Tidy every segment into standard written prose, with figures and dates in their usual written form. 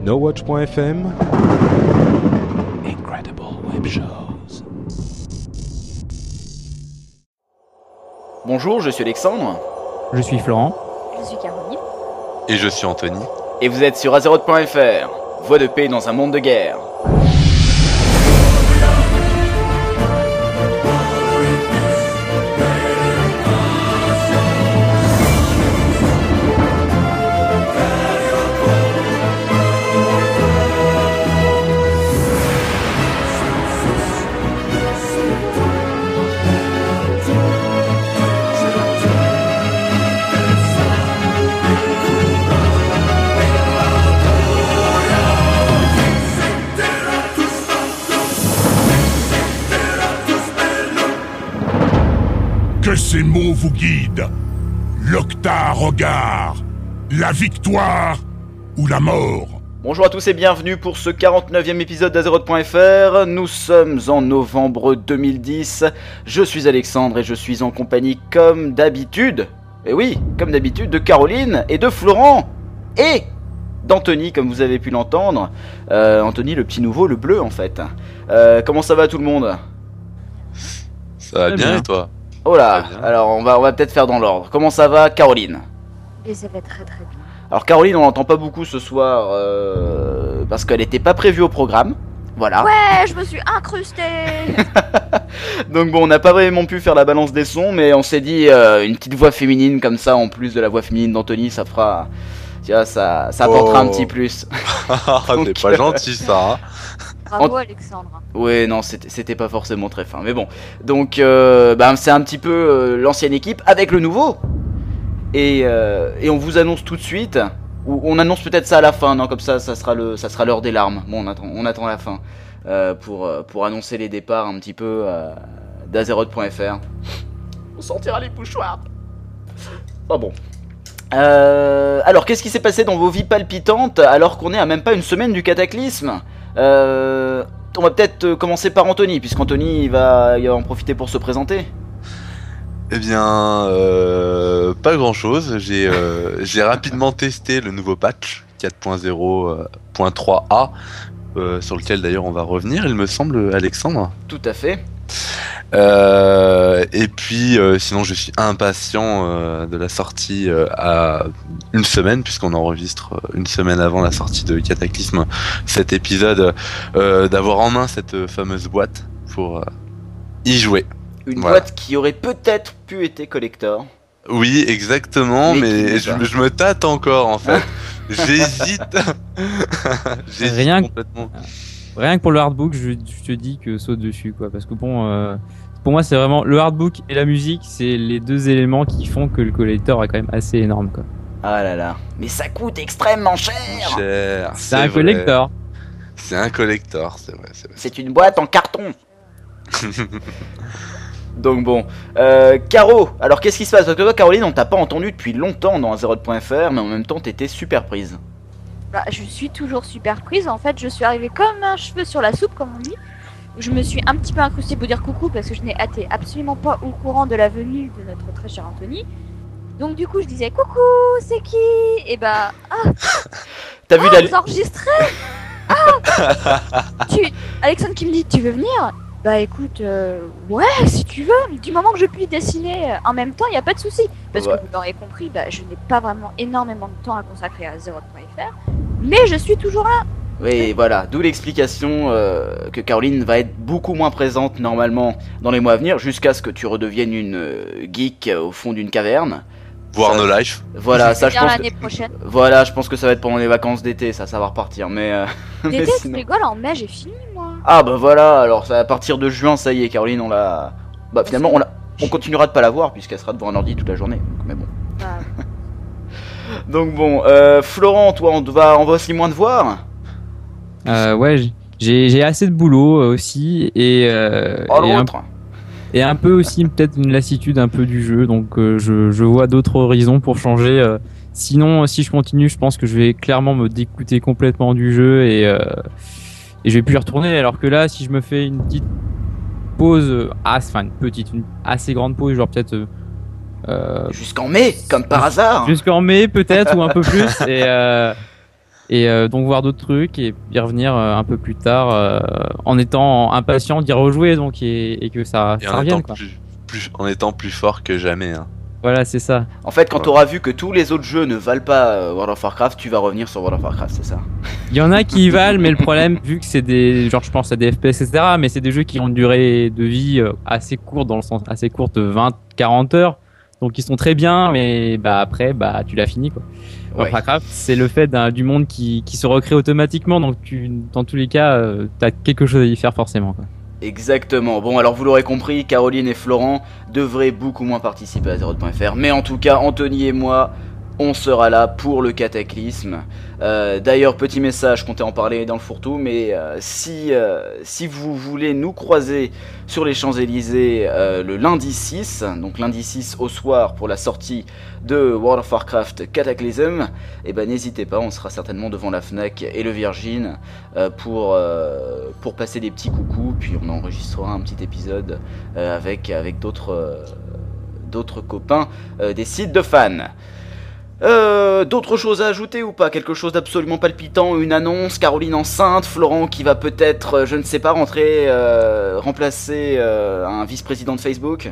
NoWatch.fm Incredible Web Shows. Bonjour, je suis Alexandre. Je suis Florent. Je suis Caroline. Et je suis Anthony. Et vous êtes sur Azeroth.fr, voix de paix dans un monde de guerre. Que ces mots vous guident. L'Octa regard, la victoire ou la mort. Bonjour à tous et bienvenue pour ce 49e épisode d'Azeroth.fr. Nous sommes en novembre 2010. Je suis Alexandre et je suis en compagnie comme d'habitude, et oui, comme d'habitude, de Caroline et de Florent et d'Anthony, comme vous avez pu l'entendre. Anthony, le petit nouveau, le bleu en fait. Comment ça va tout le monde ? Ça va bien et toi ? Oh là, alors on va peut-être faire dans l'ordre. Comment ça va, Caroline ? Et ça va très très bien. Alors Caroline, on l'entend pas beaucoup ce soir parce qu'elle était pas prévue au programme. Voilà. Ouais, je me suis incrustée. Donc bon, on n'a pas vraiment pu faire la balance des sons, mais on s'est dit une petite voix féminine comme ça, en plus de la voix féminine d'Anthony, ça fera... Tu vois, ça apportera un petit plus. Donc, c'est pas gentil ça. Hein. Bravo Alexandre. Ouais, non, c'était pas forcément très fin, mais bon. Donc, c'est un petit peu l'ancienne équipe avec le nouveau. Et on vous annonce tout de suite, ou on annonce peut-être ça à la fin, non, comme ça sera l'heure des larmes. Bon, on attend la fin pour annoncer les départs un petit peu d'Azeroth.fr. On sortira les mouchoirs. Oh bon. Alors, qu'est-ce qui s'est passé dans vos vies palpitantes alors qu'on est à même pas une semaine du cataclysme ? On va peut-être commencer par Anthony, puisqu'Anthony il va en profiter pour se présenter. Eh bien, pas grand-chose. J'ai rapidement testé le nouveau patch 4.0.3a, sur lequel d'ailleurs on va revenir, il me semble, Alexandre. Tout à fait. Et puis sinon je suis impatient de la sortie à une semaine, puisqu'on enregistre une semaine avant la sortie de Cataclysme cet épisode, d'avoir en main cette fameuse boîte pour y jouer. Une boîte qui aurait peut-être pu être collector. Oui, exactement, mais je me tâte encore en fait. J'hésite. Rien complètement. Rien que pour le hardbook, je te dis que saute dessus, quoi. Parce que bon, pour moi, c'est vraiment le hardbook et la musique, c'est les deux éléments qui font que le collector est quand même assez énorme, quoi. Ah là là, mais ça coûte extrêmement cher. C'est un collector. C'est un collector, c'est vrai. C'est une boîte en carton. Donc bon, Caro, alors qu'est-ce qui se passe ? Parce que toi, Caroline, on t'a pas entendu depuis longtemps dans Azeroth.fr, mais en même temps, t'étais super prise. Bah, je suis toujours super prise. En fait, je suis arrivée comme un cheveu sur la soupe, comme on dit. Je me suis un petit peu incrustée pour dire coucou parce que je n'ai été absolument pas au courant de la venue de notre très cher Anthony. Donc du coup, je disais coucou, c'est qui ? Et bah, T'as vu vous enregistrez ? Alexandre qui me dit, tu veux venir ? Bah écoute, ouais, si tu veux, du moment que je puis dessiner en même temps, il n'y a pas de souci. Parce que vous l'aurez compris, bah, je n'ai pas vraiment énormément de temps à consacrer à Azeroth.fr, mais je suis toujours là. Oui, voilà, d'où l'explication que Caroline va être beaucoup moins présente normalement dans les mois à venir, jusqu'à ce que tu redeviennes une geek au fond d'une caverne. Voir No Life. Voilà, ça je pense. L'année prochaine. Voilà, je pense que ça va être pendant les vacances d'été, ça va repartir, mais. D'été, mais tu rigoles, en mai j'ai fini moi. Ah bah voilà, alors ça, à partir de juin, ça y est, Caroline, on l'a. Bah finalement, on continuera de pas la voir puisqu'elle sera devant un ordi toute la journée. Mais bon. Bah. Donc bon, Florent, toi, on va aussi moins te voir. Ouais, j'ai assez de boulot aussi et et un peu aussi peut-être une lassitude un peu du jeu, donc je vois d'autres horizons pour changer. Sinon, si je continue, je pense que je vais clairement me dégoûter complètement du jeu et je vais plus y retourner. Alors que là, si je me fais une petite pause, une assez grande pause, genre peut-être jusqu'en mai, comme par hasard. Jusqu'en mai peut-être ou un peu plus Et donc voir d'autres trucs et y revenir un peu plus tard en étant impatient d'y rejouer donc et que ça revienne quoi. En étant plus fort que jamais. Hein. Voilà, c'est ça. En fait, quand tu auras vu que tous les autres jeux ne valent pas World of Warcraft, tu vas revenir sur World of Warcraft, c'est ça? Il y en a qui y valent, mais le problème, vu que c'est des, genre je pense à des FPS, etc., mais c'est des jeux qui ont une durée de vie assez courte, dans le sens assez courte, 20-40 heures, donc ils sont très bien, mais bah après, bah tu l'as fini quoi. Ouais. Warcraft, c'est le fait du monde qui se recrée automatiquement, donc dans tous les cas, t'as quelque chose à y faire forcément quoi. Exactement. Bon, alors vous l'aurez compris, Caroline et Florent devraient beaucoup moins participer à Zeroth.fr. Mais en tout cas, Anthony et moi, on sera là pour le cataclysme. D'ailleurs, petit message, je comptais en parler dans le fourre-tout, mais si vous voulez nous croiser sur les Champs-Élysées le lundi 6, donc lundi 6 au soir pour la sortie de World of Warcraft Cataclysm, et ben n'hésitez pas, on sera certainement devant la Fnac et le Virgin pour passer des petits coucous, puis on enregistrera un petit épisode avec d'autres copains des sites de fans. D'autres choses à ajouter ou pas? Quelque chose d'absolument palpitant, une annonce, Caroline enceinte, Florent qui va peut-être, je ne sais pas, remplacer un vice-président de Facebook?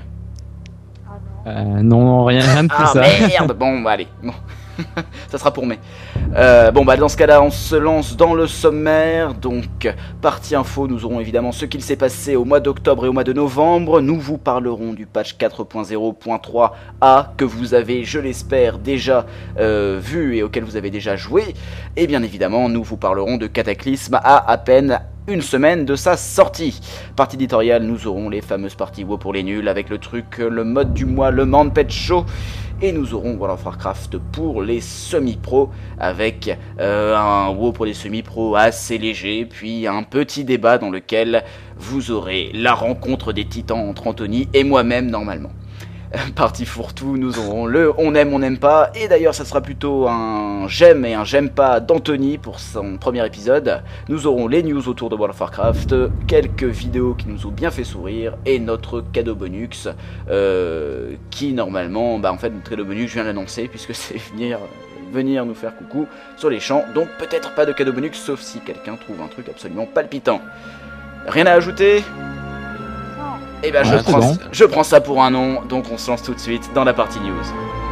Non, rien de tout ça. Ah merde, bon bah allez, bon. Ça sera pour mai. Bon bah dans ce cas-là on se lance dans le sommaire. Donc partie info, nous aurons évidemment ce qu'il s'est passé au mois d'octobre et au mois de novembre. Nous vous parlerons du patch 4.0.3a que vous avez, je l'espère, déjà vu et auquel vous avez déjà joué. Et bien évidemment nous vous parlerons de Cataclysme à peine une semaine de sa sortie. Partie éditoriale, nous aurons les fameuses parties WoW pour les nuls avec le mode du mois, le Manpet Show. Et nous aurons World of Warcraft pour les semi-pros avec un WoW pour les semi-pros assez léger, puis un petit débat dans lequel vous aurez la rencontre des titans entre Anthony et moi-même normalement. Partie fourre-tout, nous aurons le on aime, on n'aime pas, et d'ailleurs ça sera plutôt un j'aime et un j'aime pas d'Anthony pour son premier épisode. Nous aurons les news autour de World of Warcraft, quelques vidéos qui nous ont bien fait sourire, et notre cadeau bonus qui normalement, bah en fait notre cadeau bonus je viens de l'annoncer puisque c'est venir nous faire coucou sur les champs, donc peut-être pas de cadeau bonus sauf si quelqu'un trouve un truc absolument palpitant. Rien à ajouter? Et ben je prends ça pour un non, donc on se lance tout de suite dans la partie news.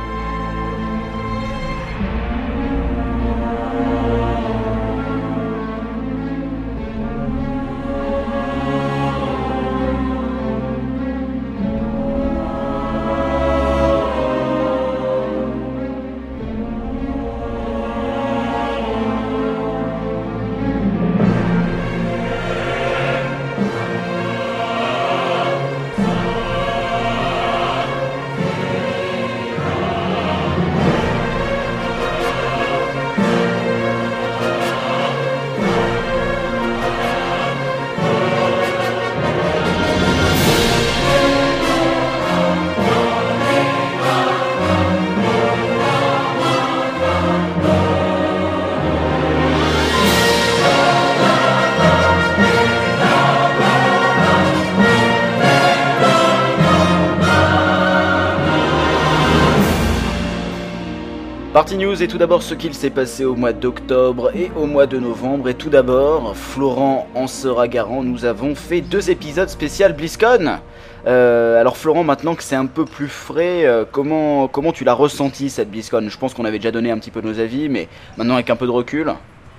Partie news et tout d'abord ce qu'il s'est passé au mois d'octobre et au mois de novembre. Et tout d'abord, Florent en sera garant, nous avons fait 2 épisodes spécial BlizzCon. Alors Florent, maintenant que c'est un peu plus frais, comment tu l'as ressenti cette BlizzCon? Je pense qu'on avait déjà donné un petit peu nos avis, mais maintenant avec un peu de recul.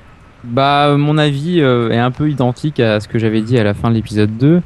Bah mon avis est un peu identique à ce que j'avais dit à la fin de l'épisode 2.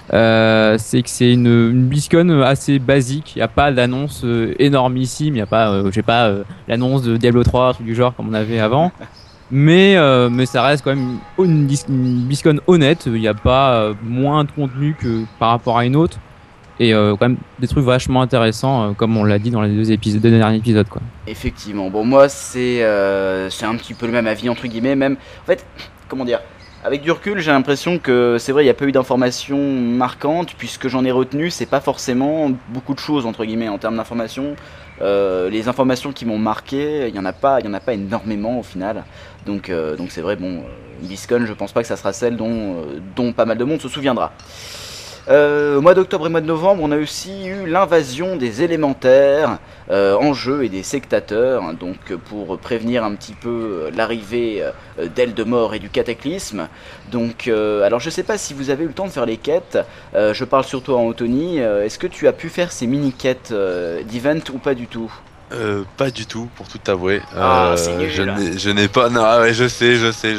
C'est que c'est une BlizzCon assez basique, il n'y a pas d'annonce énormissime, il n'y a pas, l'annonce de Diablo 3, truc du genre comme on avait avant, mais ça reste quand même une BlizzCon honnête, il n'y a pas moins de contenu que par rapport à une autre, et quand même des trucs vachement intéressants comme on l'a dit dans les deux derniers épisodes quoi. Effectivement, bon moi c'est un petit peu le même avis entre guillemets, même en fait, comment dire, avec du recul, j'ai l'impression que c'est vrai, il n'y a pas eu d'informations marquantes, puisque j'en ai retenu, c'est pas forcément beaucoup de choses entre guillemets en termes d'informations. Les informations qui m'ont marqué, il y en a pas énormément au final. Donc c'est vrai, bon, BlizzCon, je pense pas que ça sera celle dont pas mal de monde se souviendra. Au mois d'octobre et mois de novembre, on a aussi eu l'invasion des élémentaires en jeu et des sectateurs, hein, donc pour prévenir un petit peu l'arrivée d'Eldemort et du cataclysme. Donc, alors je sais pas si vous avez eu le temps de faire les quêtes, je parle surtout en Anthony, est-ce que tu as pu faire ces mini-quêtes d'event ou pas du tout? Pas du tout, pour tout avouer. C'est nul, je n'ai pas. Non, ouais, je sais.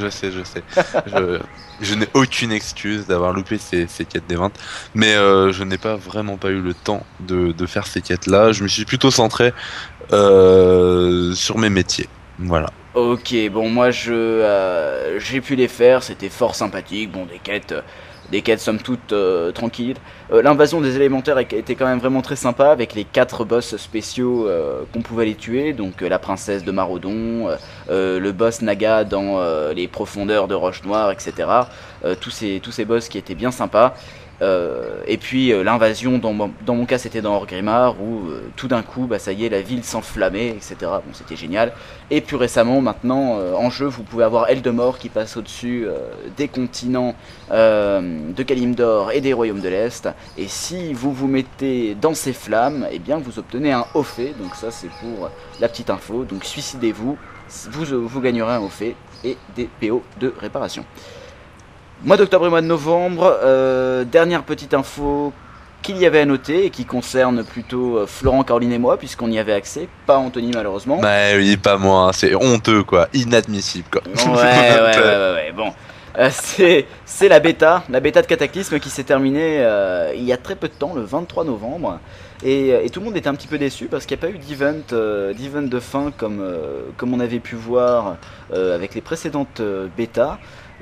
Je n'ai aucune excuse d'avoir loupé ces quêtes des ventes, mais je n'ai vraiment pas eu le temps de faire ces quêtes-là. Je me suis plutôt centré sur mes métiers. Voilà. Ok, bon, moi j'ai pu les faire, c'était fort sympathique. Bon, des quêtes somme toute tranquilles. L'invasion des élémentaires était quand même vraiment très sympa avec les 4 boss spéciaux qu'on pouvait les tuer. Donc la princesse de Marodon, le boss Naga dans les profondeurs de Roche Noire, etc. Tous ces boss qui étaient bien sympas. Et puis l'invasion, dans mon cas c'était dans Orgrimmar où tout d'un coup ça y est, la ville s'enflammait, etc. Bon, c'était génial. Et plus récemment maintenant en jeu vous pouvez avoir Eldemort qui passe au-dessus des continents de Kalimdor et des royaumes de l'Est, et si vous vous mettez dans ces flammes, et bien vous obtenez un haut fait. Donc ça c'est pour la petite info, donc suicidez-vous, vous gagnerez un haut fait et des PO de réparation. Mois d'octobre et mois de novembre, dernière petite info qu'il y avait à noter et qui concerne plutôt Florent, Caroline et moi, puisqu'on y avait accès, pas Anthony malheureusement. Bah oui, pas moi, c'est honteux quoi, inadmissible quoi. Ouais, bon. C'est la bêta de Cataclysme qui s'est terminée il y a très peu de temps, le 23 novembre. Et tout le monde était un petit peu déçu parce qu'il n'y a pas eu d'event de fin comme on avait pu voir avec les précédentes bêtas.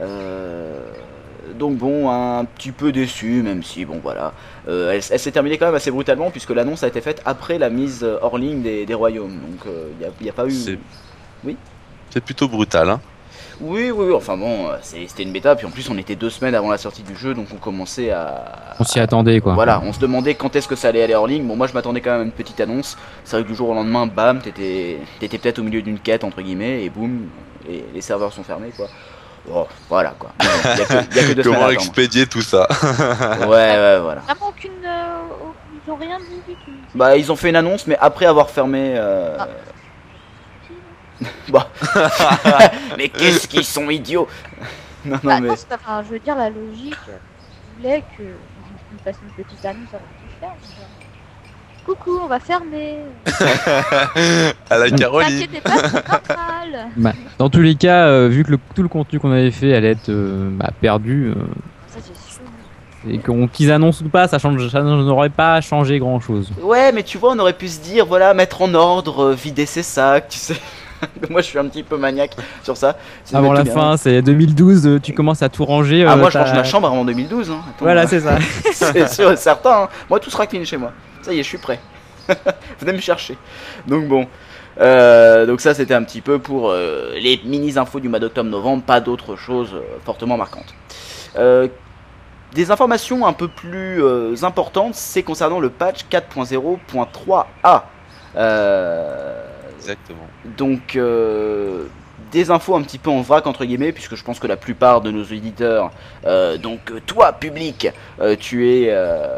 Donc bon, un petit peu déçu, même si bon voilà, elle s'est terminée quand même assez brutalement puisque l'annonce a été faite après la mise hors ligne des royaumes. Donc il n'y a pas eu... Oui. C'est plutôt brutal, hein. Oui, enfin bon, c'était une bêta, puis en plus on était 2 semaines avant la sortie du jeu, donc on commençait à... On s'y attendait quoi. Voilà, on se demandait quand est-ce que ça allait aller hors ligne. Bon, moi je m'attendais quand même à une petite annonce. C'est vrai que du jour au lendemain, bam, t'étais peut-être au milieu d'une quête entre guillemets, et boum, et les serveurs sont fermés quoi. Oh, voilà quoi. Il y a que 2 semaines. Comment expédier tout ça? Ouais, voilà. Vraiment aucune. Ils ont rien dit. Bah, ils ont fait une annonce, mais après avoir fermé. Bah. Mais qu'est-ce qu'ils sont idiots! Non, mais. Non, enfin, je veux dire, la logique voulait que je fasse une petite annonce avant de faire. Coucou, on va fermer. À la Caroline. T'inquiète pas, c'est normal. Bah, dans tous les cas, vu que tout le contenu qu'on avait fait allait être perdu, Ça, c'est sûr. et qu'ils annoncent ou pas, ça n'aurait pas changé grand chose. Ouais, mais tu vois, on aurait pu se dire, voilà, mettre en ordre, vider ses sacs, tu sais. Moi je suis un petit peu maniaque sur ça. Avant la fin, c'est 2012, tu commences à tout ranger. Moi je range ma chambre avant 2012. Hein. Attends, voilà, c'est ça. C'est sûr et certain. Hein. Moi tout sera clean chez moi. Ça y est, je suis prêt. Venez me chercher. Donc bon. Donc ça c'était un petit peu pour les mini-infos du mois d'octobre-novembre. Pas d'autres choses fortement marquantes. Des informations un peu plus importantes, c'est concernant le patch 4.0.3a. Exactement. Donc des infos un petit peu en vrac entre guillemets, puisque je pense que la plupart de nos éditeurs, donc toi public, tu es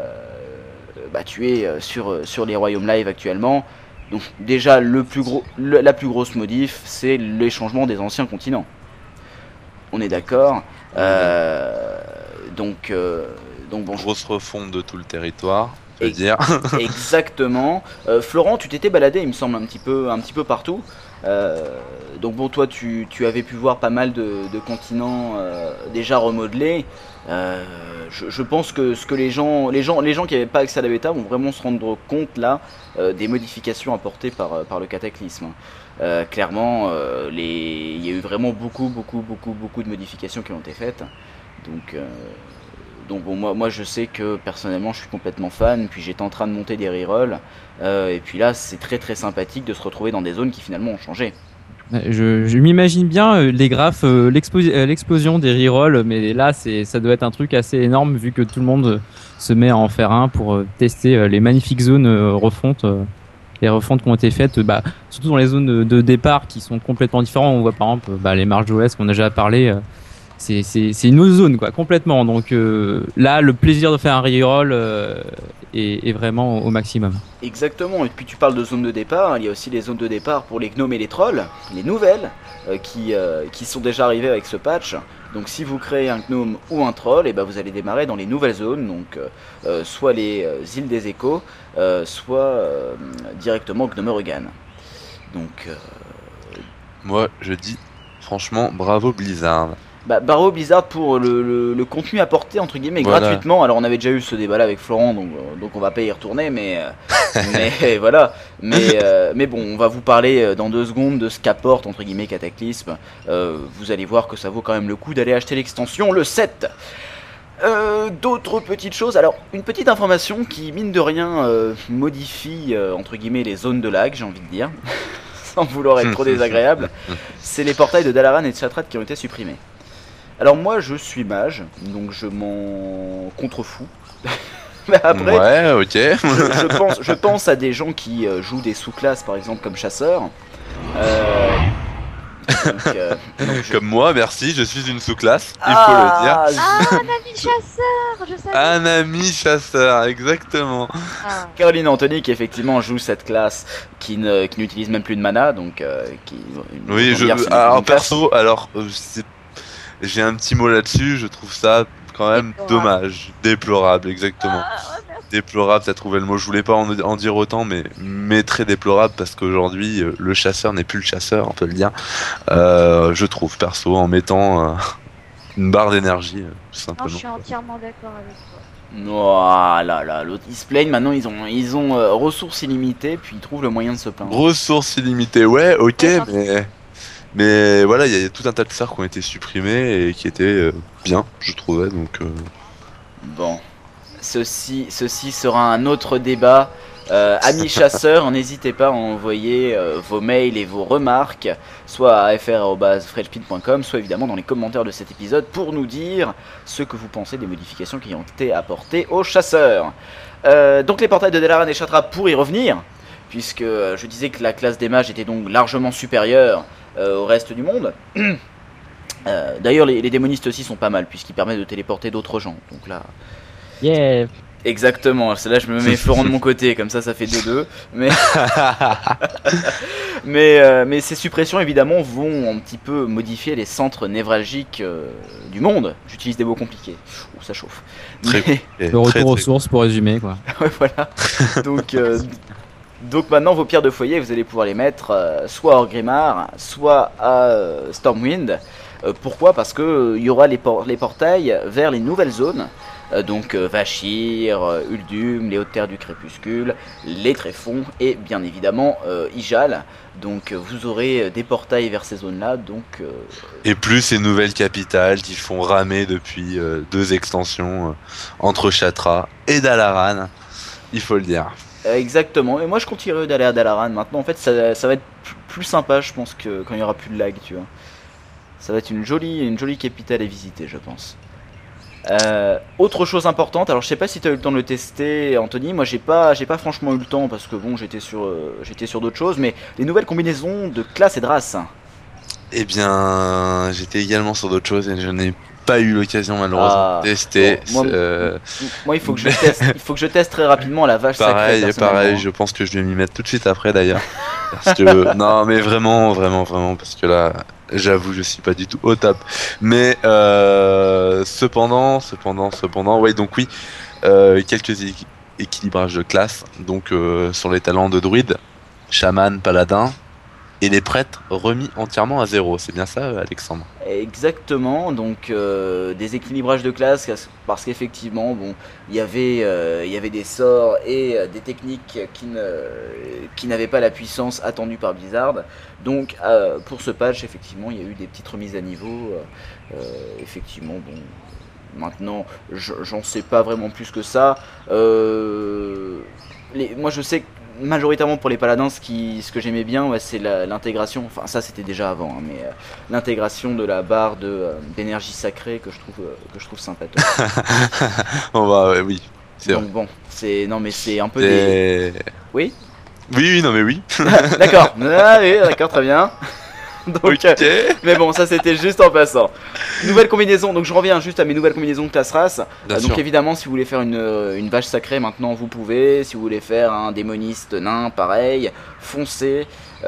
sur les Royaumes Live actuellement. Donc déjà la plus grosse modif, c'est les changements des anciens continents. On est d'accord. Donc bon. Grosse refonte de tout le territoire. Dire. Exactement. Florent, tu t'étais baladé, il me semble, un petit peu partout. Donc bon, toi, tu avais pu voir pas mal de continents déjà remodelés. Je pense que ce que les gens qui n'avaient pas accès à la bêta vont vraiment se rendre compte là des modifications apportées par le cataclysme. Clairement, il y a eu vraiment beaucoup de modifications qui ont été faites. Donc bon, moi je sais que personnellement je suis complètement fan, puis j'étais en train de monter des rerolls, et puis là c'est très très sympathique de se retrouver dans des zones qui finalement ont changé. Je m'imagine bien les graphes, l'explosion des rerolls, mais là ça doit être un truc assez énorme vu que tout le monde se met à en faire un pour tester les magnifiques zones refontes. Les refontes qui ont été faites, surtout dans les zones de départ qui sont complètement différentes. On voit par exemple les marges d'OS qu'on a déjà parlé. c'est une autre zone quoi, complètement. Donc là, le plaisir de faire un reroll est vraiment au maximum. Exactement, et puis tu parles de zones de départ, il y a aussi les zones de départ pour les gnomes et les trolls, les nouvelles, qui sont déjà arrivées avec ce patch. Donc si vous créez un gnome ou un troll, et ben vous allez démarrer dans les nouvelles zones, donc soit les îles des échos, soit directement Gnomerugan. Donc moi je dis franchement bravo Blizzard. Bravo Blizzard pour le contenu apporté entre guillemets gratuitement. Alors on avait déjà eu ce débat là avec Florent, donc on va pas y retourner, mais voilà. Mais bon, on va vous parler dans 2 secondes de ce qu'apporte entre guillemets Cataclysme. Vous allez voir que ça vaut quand même le coup d'aller acheter l'extension le 7. D'autres petites choses. Alors une petite information qui mine de rien modifie entre guillemets les zones de lag, j'ai envie de dire. Sans vouloir être trop désagréable, c'est les portails de Dalaran et de Shattrath qui ont été supprimés. Alors moi je suis mage, donc je m'en contrefous. Mais après, ouais, ok. je pense à des gens qui jouent des sous-classes par exemple comme chasseur. Comme moi, merci, je suis une sous-classe, il faut le dire. Ah, un ami chasseur, je savais. Un ami chasseur, exactement. Caroline et Anthony qui effectivement jouent cette classe qui n'utilise même plus de mana, donc oui, alors perso, alors j'ai un petit mot là-dessus, je trouve ça quand même dommage, déplorable, exactement. Déplorable, t'as trouvé le mot, je voulais pas en dire autant, mais très déplorable parce qu'aujourd'hui le chasseur n'est plus le chasseur, on peut le dire. Je trouve perso en mettant une barre d'énergie, tout simplement. Non, je suis entièrement d'accord avec toi. Voilà, l'autre ils se plaignent, maintenant ils ont ressources illimitées, puis ils trouvent le moyen de se plaindre. Ressources illimitées, ouais, ok, mais voilà, il y a tout un tas de sorts qui ont été supprimés et qui étaient bien, je trouvais, donc... Bon, ceci sera un autre débat. Amis chasseurs, n'hésitez pas à envoyer vos mails et vos remarques, soit à fr@fredspin.com, soit évidemment dans les commentaires de cet épisode pour nous dire ce que vous pensez des modifications qui ont été apportées aux chasseurs. Donc les portails de Dalaran et Shattrath pour y revenir, puisque je disais que la classe des mages était donc largement supérieure au reste du monde. D'ailleurs les démonistes aussi sont pas mal, puisqu'ils permettent de téléporter d'autres gens, donc là... Yeah. Exactement, c'est là je me mets Florent de mon côté, comme ça fait 2-2. Mais ces suppressions évidemment vont un petit peu modifier les centres névralgiques du monde. J'utilise des mots compliqués, ça chauffe. Le retour aux sources pour résumer quoi. Ouais, voilà. Donc maintenant vos pierres de foyer vous allez pouvoir les mettre soit à Orgrimmar, soit à Stormwind. Pourquoi ? Parce que il y aura les portails vers les nouvelles zones. Donc Vashir, Uldum, les Hautes Terres du Crépuscule, les Tréfonds et bien évidemment Ijal. Donc vous aurez des portails vers ces zones-là. Donc et plus ces nouvelles capitales qui font ramer depuis 2 extensions entre Shattrath et Dalaran, il faut le dire. Exactement. Et moi je continuerai d'aller à Dalaran maintenant. En fait ça va être plus sympa, je pense, que quand il y aura plus de lag, tu vois. Ça va être une jolie capitale à visiter, je pense. Autre chose importante, alors je sais pas si tu as eu le temps de le tester Anthony, moi j'ai pas franchement eu le temps parce que bon j'étais sur d'autres choses, mais les nouvelles combinaisons de classe et de race. Eh bien j'étais également sur d'autres choses et je n'ai pas eu l'occasion malheureusement de tester. Bon, moi il faut que je teste très rapidement la vache sacrée. Pareil, je pense que je vais m'y mettre tout de suite après d'ailleurs. Parce que non mais vraiment parce que là j'avoue je suis pas du tout au top. Mais cependant ouais, donc oui, quelques équilibrages de classe, donc sur les talents de druide, chaman, paladin et les prêtres remis entièrement à 0, c'est bien ça Alexandre? Exactement, donc des équilibrages de classe parce qu'effectivement bon il y avait des sorts et des techniques qui n'avaient pas la puissance attendue par Blizzard. Donc pour ce patch effectivement il y a eu des petites remises à niveau. Effectivement bon maintenant j'en sais pas vraiment plus que ça. Moi je sais que majoritairement pour les paladins, ce que j'aimais bien, ouais, c'est l'intégration, enfin ça c'était déjà avant, hein, mais l'intégration de la barre d'énergie sacrée que je trouve sympathique. On va, ouais, oui. Donc bon, c'est un peu des... Oui. Oui, non mais oui. D'accord, oui, d'accord, très bien. Donc, Ok. mais bon, ça c'était juste en passant. Nouvelle combinaison, donc je reviens juste à mes nouvelles combinaisons de classe race. Bien Donc sûr. évidemment, si vous voulez faire une vache sacrée, maintenant vous pouvez. Si vous voulez faire un démoniste nain, pareil, foncez.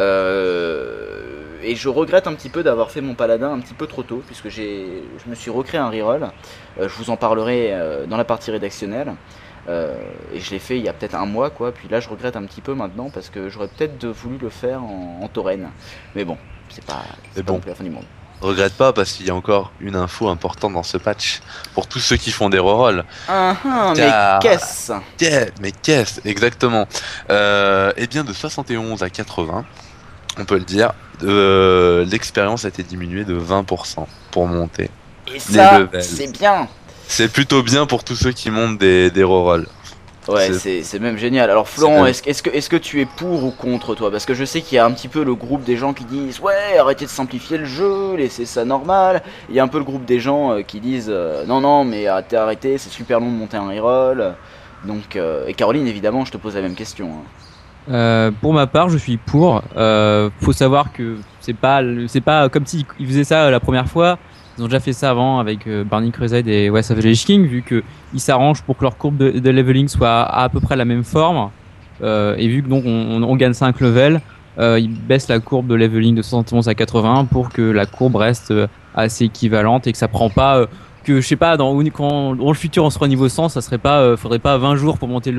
Et je regrette un petit peu d'avoir fait mon paladin un petit peu trop tôt, puisque je me suis recréé un reroll. Je vous en parlerai dans la partie rédactionnelle. Et je l'ai fait il y a peut-être un mois, quoi. Puis là, je regrette un petit peu maintenant parce que j'aurais peut-être voulu le faire en tauren. Mais bon, c'est pas bon. non plus la fin du monde. Regrette pas parce qu'il y a encore une info importante dans ce patch. Pour tous ceux qui font des rerolls. Mais Car- qu'est-ce Mais qu'est-ce exactement Eh bien de 71 à 80, on peut le dire, l'expérience a été diminuée de 20% pour monter. Et ça, levels. c'est bien. C'est plutôt bien pour tous ceux qui montent des rerolls. Ouais, c'est même génial. Alors Florent, C'est est-ce que tu es pour ou contre toi? Parce que je sais qu'il y a un petit peu le groupe des gens qui disent ouais, arrêtez de simplifier le jeu, laissez ça normal. Il y a un peu le groupe des gens qui disent non mais arrêtez, c'est super long de monter un reroll. Donc et Caroline, évidemment, je te pose la même question. Hein. Pour ma part, je suis pour. Faut savoir que c'est pas comme s'ils faisaient ça la première fois. Ils ont déjà fait ça avant avec Burning Crusade et West of the Lich King, vu que ils s'arrangent pour que leur courbe de leveling soit à peu près la même forme. Et vu que donc on gagne 5 levels, ils baissent la courbe de leveling de 71 à 80 pour que la courbe reste assez équivalente et que ça prend pas que je sais pas quand dans le futur on sera au niveau 100, ça serait pas faudrait pas 20 jours pour monter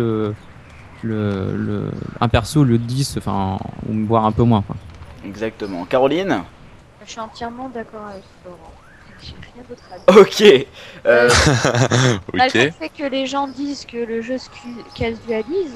un perso le 10, enfin ou voire un peu moins quoi. Exactement. Caroline? Je suis entièrement d'accord avec Florent. J'ai rien d'autre à dire. Ok. Malgré le Ok. fait que les gens disent que le jeu se casualise,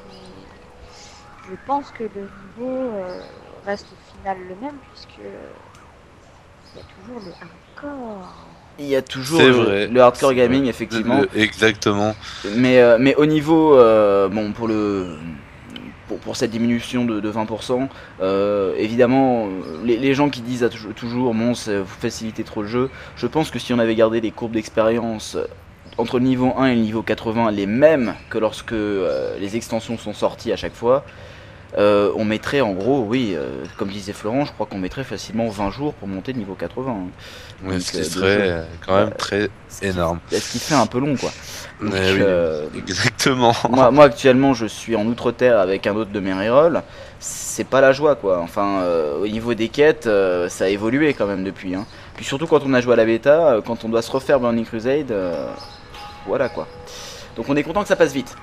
je pense que le niveau reste au final le même, puisque il y a toujours le hardcore. Il y a toujours C'est vrai. le hardcore C'est gaming, vrai. effectivement. Exactement. Mais au niveau, bon, pour cette diminution de 20%, évidemment, les gens qui disent toujours, bon, vous facilitez trop le jeu, je pense que si on avait gardé les courbes d'expérience entre le niveau 1 et le niveau 80 les mêmes que lorsque les extensions sont sorties à chaque fois, on mettrait en gros, oui, comme disait Florent, je crois qu'on mettrait facilement 20 jours pour monter le niveau 80. Hein. Ouais, Donc, ce qui de serait jeu. quand même très énorme. Ce qui fait un peu long, quoi. Donc, Oui, exactement. moi actuellement je suis en Outre-Terre avec un autre de mes rerolls, c'est pas la joie quoi, enfin au niveau des quêtes ça a évolué quand même depuis hein. Puis surtout quand on a joué à la bêta, quand on doit se refaire Burning Crusade, voilà quoi. Donc on est content que ça passe vite.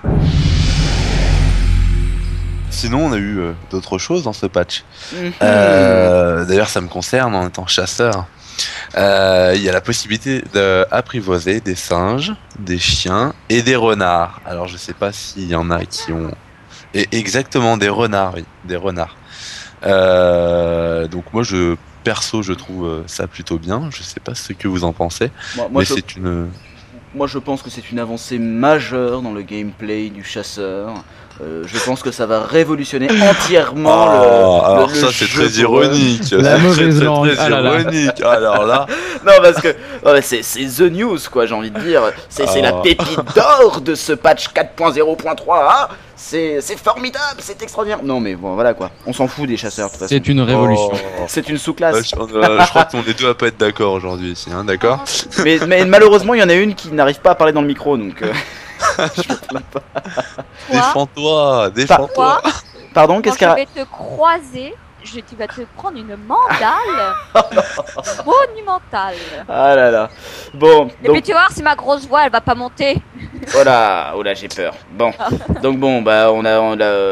Sinon, on a eu d'autres choses dans ce patch. Mhm. D'ailleurs, ça me concerne en étant chasseur. Il y a la possibilité d'apprivoiser des singes, des chiens et des renards. Alors, je sais pas s'il y en a qui ont... Et exactement, des renards, oui, des renards. Donc moi, perso, je trouve ça plutôt bien. Je sais pas ce que vous en pensez, mais c'est une... Moi je pense que c'est une avancée majeure dans le gameplay du chasseur. Je pense que ça va révolutionner entièrement alors le ça c'est jeu très pour eux. ironique. La mauvaise C'est langue. très Ah là là. ironique. Alors là, Non parce que ouais, c'est the news quoi, j'ai envie de dire. C'est la pépite d'or de ce patch 4.0.3. Ah, c'est formidable, c'est extraordinaire. Non mais bon voilà quoi, on s'en fout des chasseurs de toute façon. C'est une révolution. C'est une sous-classe. je crois qu'on est deux à pas être d'accord aujourd'hui ici, hein, d'accord? mais malheureusement il y en a une qui n'arrive pas à parler dans le micro donc. Je me plains pas. Défends-toi, défends-toi. Pardon, qu'est-ce Quand je qu'elle vais te croiser, tu vas te prendre une mandale monumentale. Ah là là. Bon, Et puis donc tu vas voir si ma grosse voix elle va pas monter. voilà, oh là j'ai peur. Bon, donc bon, bah on a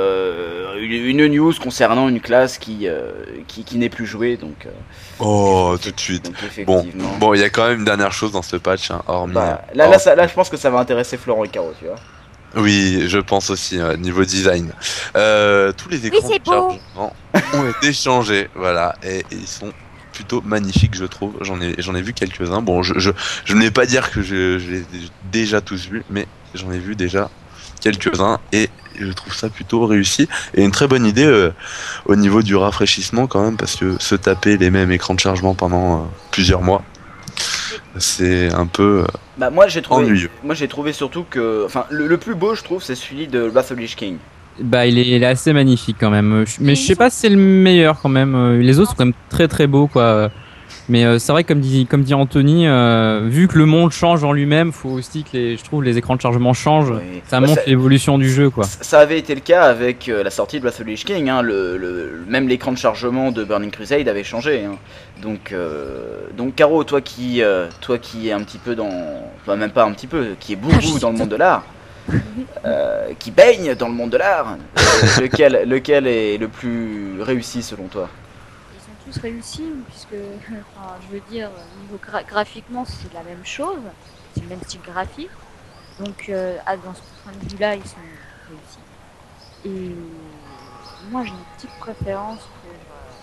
une news concernant une classe qui n'est plus jouée, donc. Oh, tout de suite. Donc effectivement. Bon, il y a quand même une dernière chose dans ce patch, hein, hormis. Bah, là, je pense que ça va intéresser Florent et Caro, tu vois. Oui, je pense aussi, niveau design. Tous les écrans c'est de beau. chargement ont été changés, voilà, et ils sont plutôt magnifiques, je trouve. J'en ai vu quelques-uns. Bon, je ne vais pas dire que je les ai déjà tous vus, mais j'en ai vu déjà quelques-uns et je trouve ça plutôt réussi et une très bonne idée au niveau du rafraîchissement quand même, parce que se taper les mêmes écrans de chargement pendant plusieurs mois, c'est un peu Bah moi j'ai trouvé ennuyeux. surtout que enfin le plus beau je trouve c'est celui de Wrath of Lich King. Bah, il est assez magnifique quand même. Mais je sais pas si c'est le meilleur quand même. Les autres sont quand même très très beaux, quoi. Mais c'est vrai, comme dit Anthony, vu que le monde change en lui-même, faut aussi que je trouve les écrans de chargement changent. Oui. Ça montre l'évolution du jeu, quoi. Ça avait été le cas avec la sortie de Wrath of the Lich King. Hein. Même l'écran de chargement de Burning Crusade avait changé. Hein. Donc Caro, toi qui est un petit peu enfin même pas un petit peu, qui est beaucoup dans le monde de l'art, qui baigne dans le monde de l'art, lequel est le plus réussi selon toi? Tous réussis, puisque enfin, je veux dire, niveau graphiquement c'est la même chose, c'est le même style graphique, donc dans ce point de vue là ils sont réussis. Et moi j'ai une petite préférence pour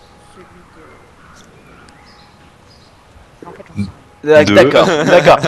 celui de... En fait j'en sais D'accord.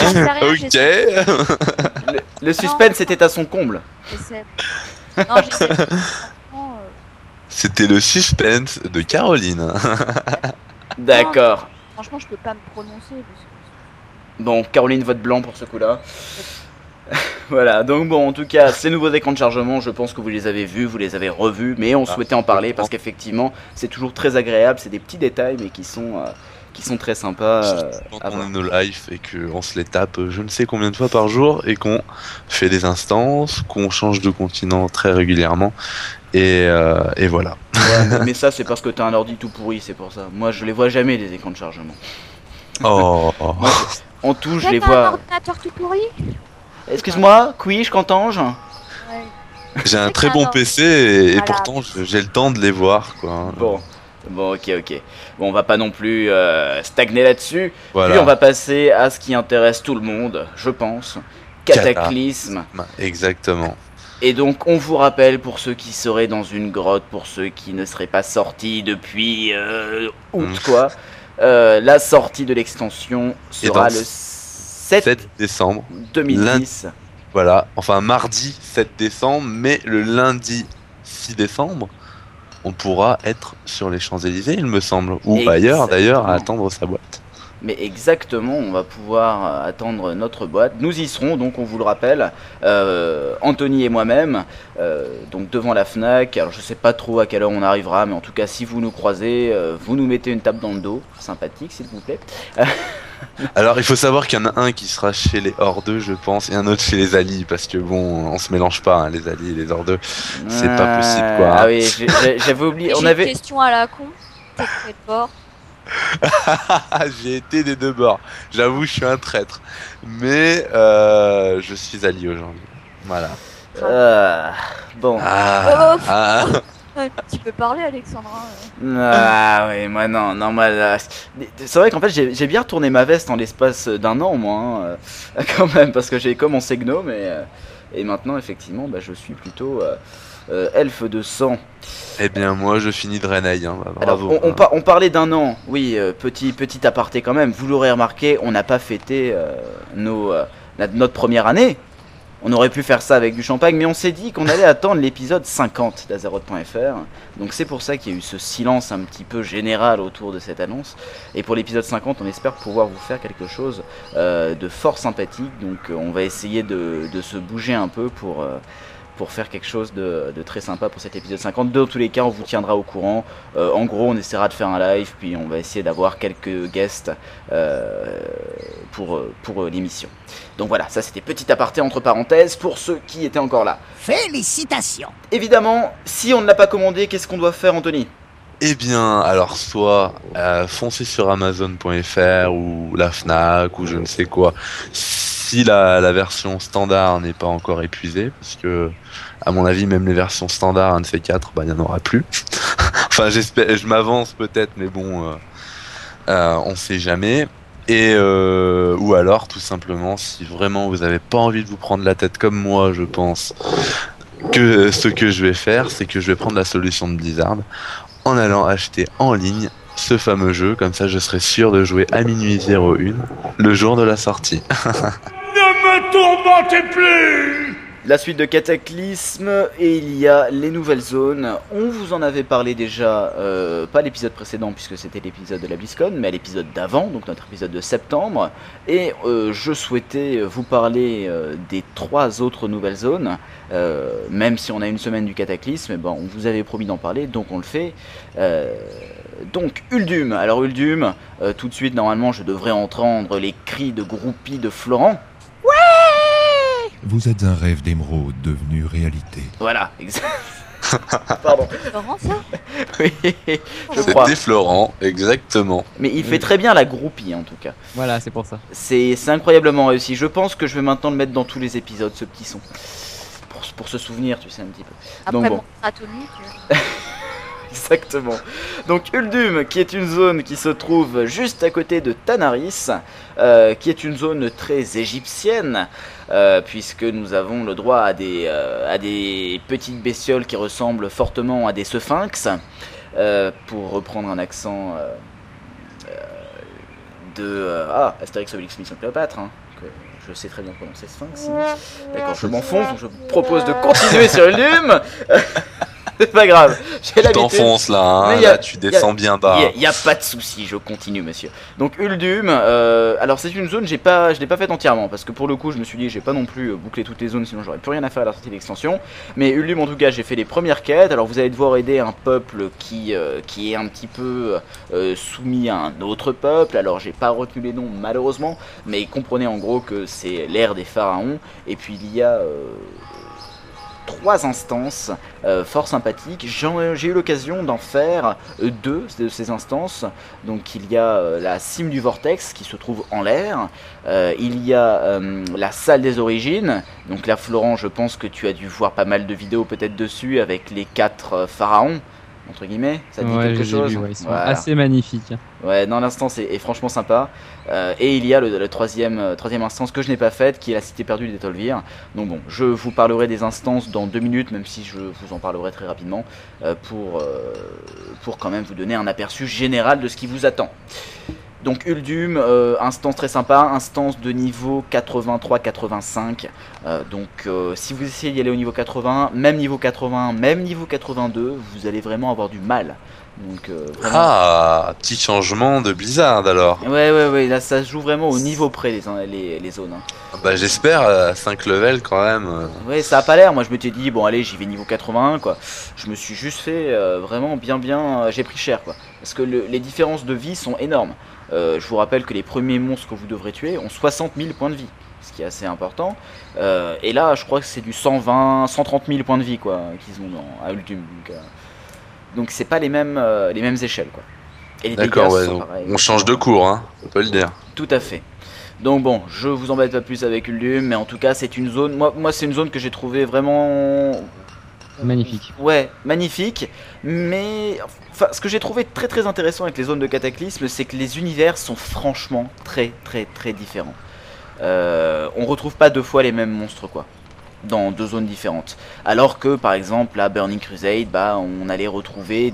Le suspense était à son comble. J'essaie. Non, j'essaie. C'était le suspense de Caroline. D'accord. Non, franchement, je peux pas me prononcer. Bon, Caroline vote blanc pour ce coup-là. Voilà, donc bon, en tout cas, ces nouveaux écrans de chargement, je pense que vous les avez vus, vous les avez revus, mais on souhaitait en parler parce qu'effectivement, c'est toujours très agréable, c'est des petits détails, mais qui sont très sympas. Quand on est nos lives et qu'on se les tape je ne sais combien de fois par jour et qu'on fait des instances, qu'on change de continent très régulièrement. Et voilà. Ouais, mais ça, c'est parce que t'as un ordi tout pourri, c'est pour ça. Moi, je les vois jamais, les écrans de chargement. Oh. Moi, en tout, je les vois. Un ordinateur tout pourri? Excuse-moi, je qu'entends-je? Ouais. J'ai un très bon PC et Voilà. pourtant j'ai le temps de les voir, quoi. Bon, ok. Bon, on va pas non plus stagner là-dessus. Voilà. Puis on va passer à ce qui intéresse tout le monde, je pense. Cataclysme. Exactement. Et donc, on vous rappelle, pour ceux qui seraient dans une grotte, pour ceux qui ne seraient pas sortis depuis août, quoi, la sortie de l'extension sera le 7 décembre 2010. Voilà, enfin mardi 7 décembre, mais le lundi 6 décembre, on pourra être sur les Champs-Élysées, il me semble, ou ailleurs d'ailleurs, à attendre sa boîte. Mais exactement, on va pouvoir attendre notre boîte. Nous y serons, donc on vous le rappelle, Anthony et moi-même, donc devant la Fnac. Alors je sais pas trop à quelle heure on arrivera, mais en tout cas si vous nous croisez, vous nous mettez une tape dans le dos, sympathique s'il vous plaît. Alors il faut savoir qu'il y en a un qui sera chez les Hors-2 je pense, et un autre chez les alliés, parce que bon, on se mélange pas, hein, les alliés et les Hors-2, c'est pas possible quoi. Ah oui, j'avais oublié, on avait... J'ai une question à la con, t'es prêt de bord? J'ai été des deux bords, j'avoue je suis un traître, mais je suis allié aujourd'hui, voilà. Bon. Tu peux parler, Alexandra. Ah oui, moi non, moi là, c'est vrai qu'en fait j'ai bien retourné ma veste en l'espace d'un an moi, quand même, parce que j'ai commencé gnome et maintenant effectivement je suis plutôt elfe de sang. Eh bien moi je finis Draenei, hein, bravo. Alors, on parlait d'un an, oui, petit aparté quand même, vous l'aurez remarqué, on n'a pas fêté notre première année. On aurait pu faire ça avec du champagne, mais on s'est dit qu'on allait attendre l'épisode 50 d'Azeroth.fr. Donc c'est pour ça qu'il y a eu ce silence un petit peu général autour de cette annonce. Et pour l'épisode 50, on espère pouvoir vous faire quelque chose de fort sympathique. Donc on va essayer de se bouger un peu pour faire quelque chose de très sympa pour cet épisode 50. Dans tous les cas, on vous tiendra au courant. En gros, on essaiera de faire un live, puis on va essayer d'avoir quelques guests pour l'émission. Donc voilà, ça c'était petit aparté entre parenthèses pour ceux qui étaient encore là. Félicitations! Évidemment, si on ne l'a pas commandé, qu'est-ce qu'on doit faire, Anthony? Eh bien, alors soit foncez sur Amazon.fr ou la Fnac ou je ne sais quoi. Si la version standard n'est pas encore épuisée, parce que à mon avis même les versions standards, un de ces quatre, il n'y en aura plus. Enfin j'espère, je m'avance peut-être, mais bon, on sait jamais. Et ou alors tout simplement, si vraiment vous n'avez pas envie de vous prendre la tête comme moi, je pense que ce que je vais faire, c'est que je vais prendre la solution de Blizzard en allant acheter en ligne ce fameux jeu, comme ça je serai sûr de jouer à minuit 01 le jour de la sortie. Ne me tourmentez plus! La suite de Cataclysme, et il y a les nouvelles zones. On vous en avait parlé déjà, pas l'épisode précédent puisque c'était l'épisode de la BlizzCon, mais à l'épisode d'avant, donc notre épisode de septembre. Et je souhaitais vous parler des 3 autres nouvelles zones, même si on a une semaine du Cataclysme, et on vous avait promis d'en parler, donc on le fait. Donc Uldum, alors Uldum, tout de suite normalement je devrais entendre les cris de groupie de Florent. Vous êtes un rêve d'émeraude devenu réalité. Voilà, Pardon. Florent, ça Oui, je crois. C'était Florent, exactement. Mais il fait très bien la groupie en tout cas. Voilà, c'est pour ça. C'est incroyablement réussi. Je pense que je vais maintenant le mettre dans tous les épisodes, ce petit son. Pour se souvenir, tu sais, un petit peu. Après, Donc, bon, à Tony, Exactement. Donc Uldum, qui est une zone qui se trouve juste à côté de Tanaris, qui est une zone très égyptienne, puisque nous avons le droit à des petites bestioles qui ressemblent fortement à des sphinx, pour reprendre un accent Astérix, Obélix, Mission Cléopâtre, hein, que je sais très bien prononcer sphinx. D'accord, je m'enfonce, donc je vous propose de continuer sur Uldum. C'est pas grave, j'ai l'habitude. Tu t'enfonces là, hein, là tu descends bien bas. Il n'y a pas de souci, je continue monsieur. Donc Uldum, alors c'est une zone, je l'ai pas faite entièrement, parce que pour le coup je me suis dit j'ai pas non plus bouclé toutes les zones, sinon j'aurais plus rien à faire à la sortie de l'extension. Mais Uldum en tout cas j'ai fait les premières quêtes, alors vous allez devoir aider un peuple qui est un petit peu soumis à un autre peuple, alors j'ai pas retenu les noms malheureusement, mais comprenez en gros que c'est l'ère des pharaons, et puis il y a... 3 instances fort sympathiques. J'ai eu l'occasion d'en faire 2 de ces instances. Donc il y a la cime du vortex qui se trouve en l'air. Il y a la salle des origines. Donc là Florent, je pense que tu as dû voir pas mal de vidéos peut-être dessus avec les 4 pharaons. Entre guillemets, ça te dit quelque chose vu, ils sont assez magnifiques. Ouais, dans l'instance est franchement sympa. Et il y a le troisième instance que je n'ai pas faite, qui est la cité perdue d'Etolvir. Donc bon, je vous parlerai des instances dans 2 minutes, même si je vous en parlerai très rapidement, pour quand même vous donner un aperçu général de ce qui vous attend. Donc Uldum, instance très sympa, instance de niveau 83-85, si vous essayez d'y aller au niveau 80, même niveau 81, même niveau 82, vous allez vraiment avoir du mal. Donc, vraiment... petit changement de Blizzard alors. Ouais, là ça se joue vraiment au niveau près les zones. Hein. Bah j'espère, à 5 levels quand même. Ouais, ça a pas l'air, moi je m'étais dit, bon allez j'y vais niveau 81 quoi. Je me suis juste fait vraiment bien, j'ai pris cher quoi. Parce que les différences de vie sont énormes. Je vous rappelle que les premiers monstres que vous devrez tuer ont 60 000 points de vie, ce qui est assez important. Et là, je crois que c'est du 120, 130 000 points de vie quoi qu'ils ont à Uldum. Donc c'est pas les mêmes échelles quoi. Et les D'accord, dégâts ouais, sont donc pareils. on change de cours, hein, on peut le dire. Tout à fait. Donc bon, je vous embête pas plus avec Uldum, mais en tout cas c'est une zone. Moi c'est une zone que j'ai trouvée vraiment magnifique. Ouais, magnifique. Mais enfin, ce que j'ai trouvé très très intéressant avec les zones de Cataclysme, c'est que les univers sont franchement très très très différents. On retrouve pas 2 fois les mêmes monstres quoi, dans 2 zones différentes. Alors que par exemple à Burning Crusade, on allait retrouver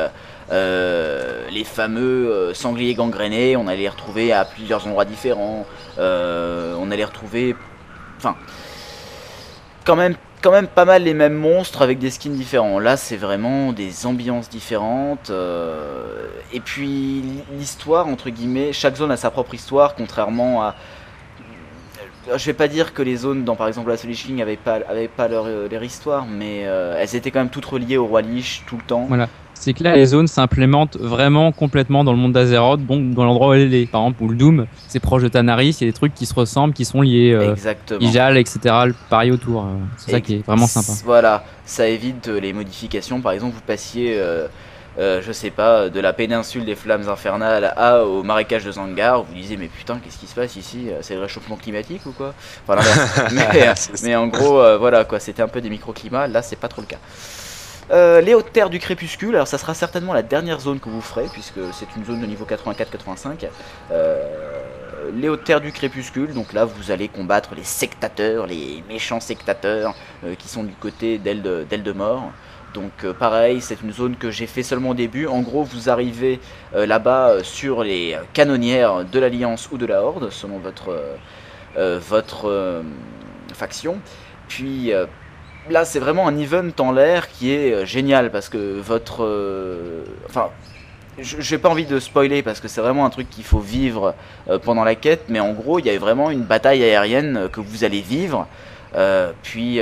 les fameux sangliers gangrénés, on allait les retrouver à plusieurs endroits différents. On allait retrouver, enfin, quand même pas mal les mêmes monstres avec des skins différents. Là c'est vraiment des ambiances différentes, et puis l'histoire entre guillemets, chaque zone a sa propre histoire, contrairement à... Je vais pas dire que les zones dans par exemple la Lich King avaient pas leur histoire, mais elles étaient quand même toutes reliées au roi Lich tout le temps. Voilà. C'est que là, les zones s'implémentent vraiment complètement dans le monde d'Azeroth, donc dans l'endroit où elle est. Par exemple, Uldum, c'est proche de Tanaris, il y a des trucs qui se ressemblent, qui sont liés. Exactement. Ijal, etc. Pareil autour. C'est ça qui est vraiment sympa. Voilà, ça évite les modifications. Par exemple, vous passiez, je sais pas, de la péninsule des flammes infernales au marécage de Zangar. Vous disiez, mais putain, qu'est-ce qui se passe ici? C'est le réchauffement climatique ou quoi? Enfin, mais en gros, voilà quoi, c'était un peu des microclimats. Là, c'est pas trop le cas. Les hautes terres du crépuscule, alors ça sera certainement la dernière zone que vous ferez, puisque c'est une zone de niveau 84-85. Les hautes terres du crépuscule, donc là vous allez combattre les sectateurs, les méchants sectateurs qui sont du côté d'Eldemort. Donc pareil, c'est une zone que j'ai fait seulement au début. En gros, vous arrivez là-bas sur les canonnières de l'Alliance ou de la Horde, selon votre faction. Puis là, c'est vraiment un event en l'air qui est génial parce que votre... Enfin, j'ai pas envie de spoiler parce que c'est vraiment un truc qu'il faut vivre pendant la quête, mais en gros, il y a vraiment une bataille aérienne que vous allez vivre. Puis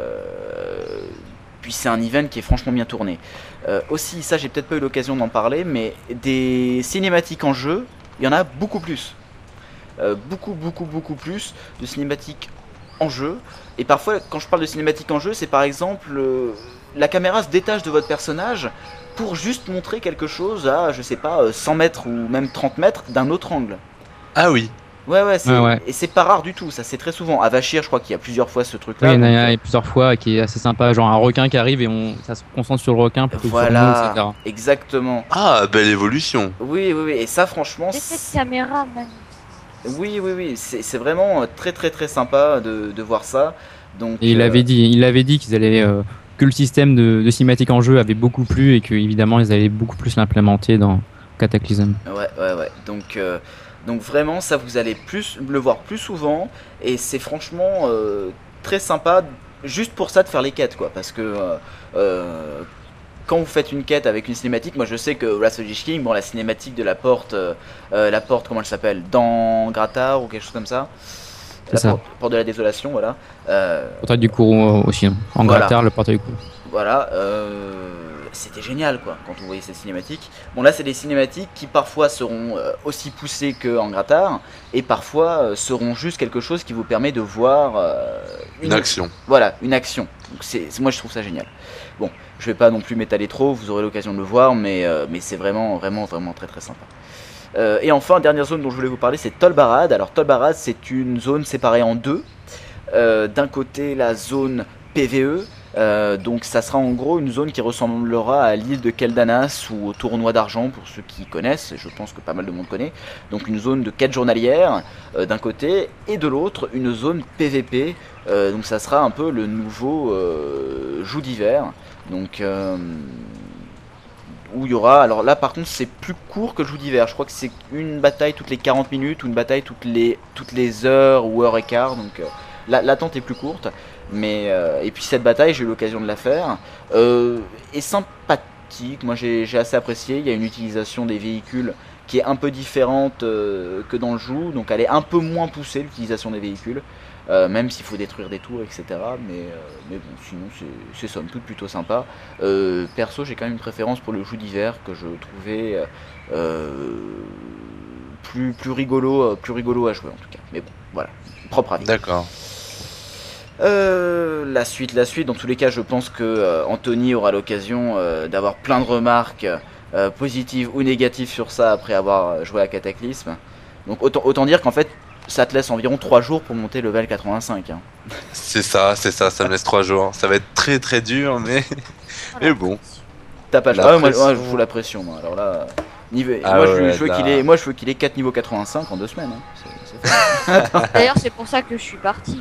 c'est un event qui est franchement bien tourné. Aussi, ça, j'ai peut-être pas eu l'occasion d'en parler, mais des cinématiques en jeu, il y en a beaucoup plus. Beaucoup plus de cinématiques en jeu. Et parfois, quand je parle de cinématiques en jeu, c'est par exemple la caméra se détache de votre personnage pour juste montrer quelque chose à, je sais pas, 100 mètres ou même 30 mètres d'un autre angle. Ah oui. Ouais, et c'est pas rare du tout, ça c'est très souvent. À Vachir, je crois qu'il y a plusieurs fois ce truc-là. Oui, il y en a plusieurs fois qui est assez sympa, genre un requin qui arrive et ça se concentre sur le requin plutôt que sur le monde, etc. Exactement. Ah, belle évolution. Oui, et ça franchement... Et cette caméra, man. Oui, c'est vraiment très sympa de voir ça. Donc, et il avait dit qu'ils allaient... que le système de cinématique en jeu avait beaucoup plu et que évidemment ils allaient beaucoup plus l'implémenter dans Cataclysm. Ouais. Donc vraiment ça vous allez le voir plus souvent et c'est franchement très sympa juste pour ça de faire les quêtes quoi, parce que quand vous faites une quête avec une cinématique, moi je sais que Wrath of the Lich King, bon la cinématique de la porte comment elle s'appelle, dans Gratar ou quelque chose comme ça. Porte de la désolation, voilà. Portail du courroux aussi, en Gratar, le portail du courroux. Voilà, c'était génial quoi, quand on voyait ces cinématiques. Bon là c'est des cinématiques qui parfois seront aussi poussées qu'en Gratar, et parfois seront juste quelque chose qui vous permet de voir une action. Voilà, une action. Donc moi je trouve ça génial. Bon, je vais pas non plus m'étaler trop, vous aurez l'occasion de le voir, mais c'est vraiment très sympa. Et enfin, dernière zone dont je voulais vous parler, c'est Tol Barad. Alors Tol Barad, c'est une zone séparée en deux. D'un côté, la zone PVE. Donc ça sera en gros une zone qui ressemblera à l'île de Keldanas ou au tournoi d'argent pour ceux qui connaissent, et je pense que pas mal de monde connaît. Donc une zone de quête journalière d'un côté, et de l'autre une zone PVP. Donc ça sera un peu le nouveau joug d'hiver. Donc où il y aura, alors là par contre c'est plus court que le joug d'hiver, je crois que c'est une bataille toutes les 40 minutes ou une bataille toutes les heures ou heures et quart, donc l'attente est plus courte, mais et puis cette bataille j'ai eu l'occasion de la faire, est sympathique, moi j'ai assez apprécié, il y a une utilisation des véhicules qui est un peu différente que dans le joug, donc elle est un peu moins poussée l'utilisation des véhicules. Même s'il faut détruire des tours, etc. Mais bon, sinon c'est somme toute plutôt sympa. Perso, j'ai quand même une préférence pour le joug d'hiver que je trouvais plus rigolo à jouer en tout cas. Mais bon, voilà, propre avis. D'accord. La suite. Dans tous les cas, je pense que Anthony aura l'occasion d'avoir plein de remarques positives ou négatives sur ça après avoir joué à Cataclysme. Donc autant dire qu'en fait, ça te laisse environ 3 jours pour monter level 85. Hein. C'est ça me laisse 3 jours. Ça va être très dur, mais bon. T'as pas le moi je vous la pression. Moi. Alors là, moi je veux qu'il ait 4 niveaux 85 en 2 semaines. Hein. D'ailleurs, c'est pour ça que je suis parti.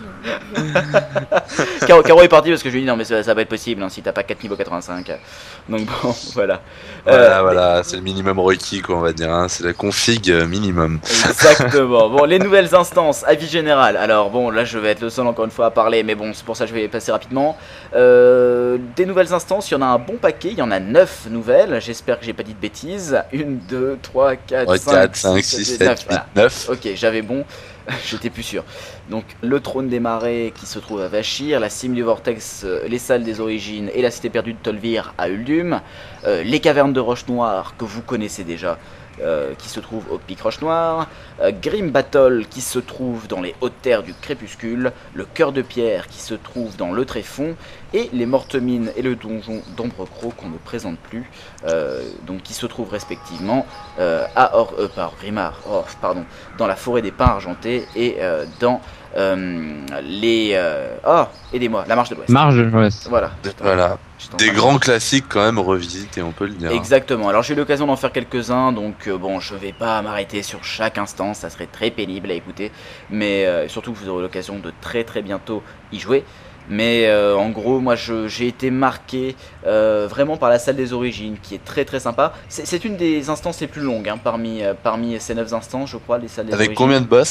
Caro est parti parce que je lui ai dit non mais ça va être possible hein, si t'as pas 4 niveaux 85. Donc bon, voilà. Voilà, c'est le minimum requis quoi, on va dire. Hein. C'est la config minimum. Exactement. Bon, les nouvelles instances, avis général. Alors bon, là je vais être le seul encore une fois à parler, mais bon, c'est pour ça que je vais passer rapidement. Des nouvelles instances, il y en a un bon paquet, il y en a 9 nouvelles. J'espère que j'ai pas dit de bêtises. 1, 2, 3, 4, 5, 6, 7, 8, 9. Ok, j'avais bon. J'étais plus sûr. Donc le trône des marais qui se trouve à Vachir, la cime du vortex, les salles des origines et la cité perdue de Tolvir à Uldum, les cavernes de roche noire que vous connaissez déjà, qui se trouve au Pic Roche Noire, Grim Battle qui se trouve dans les hautes terres du Crépuscule, le Cœur de Pierre qui se trouve dans le Tréfond, et les Mortemines et le donjon d'Ombrecroc qu'on ne présente plus, donc qui se trouvent respectivement dans la forêt des Pins Argentés et dans aidez-moi, la Marche de l'Ouest. Marche de l'Ouest. Voilà. Des grands classiques quand même revisités, on peut le dire. Exactement. Alors j'ai eu l'occasion d'en faire quelques-uns, donc bon, je vais pas m'arrêter sur chaque instance, ça serait très pénible à écouter, mais surtout que vous aurez l'occasion de très bientôt y jouer. Mais en gros, moi j'ai été marqué vraiment par la salle des origines, qui est très sympa. C'est une des instances les plus longues hein, parmi ces 9 instances, je crois, les salles des origines. Avec combien de boss ?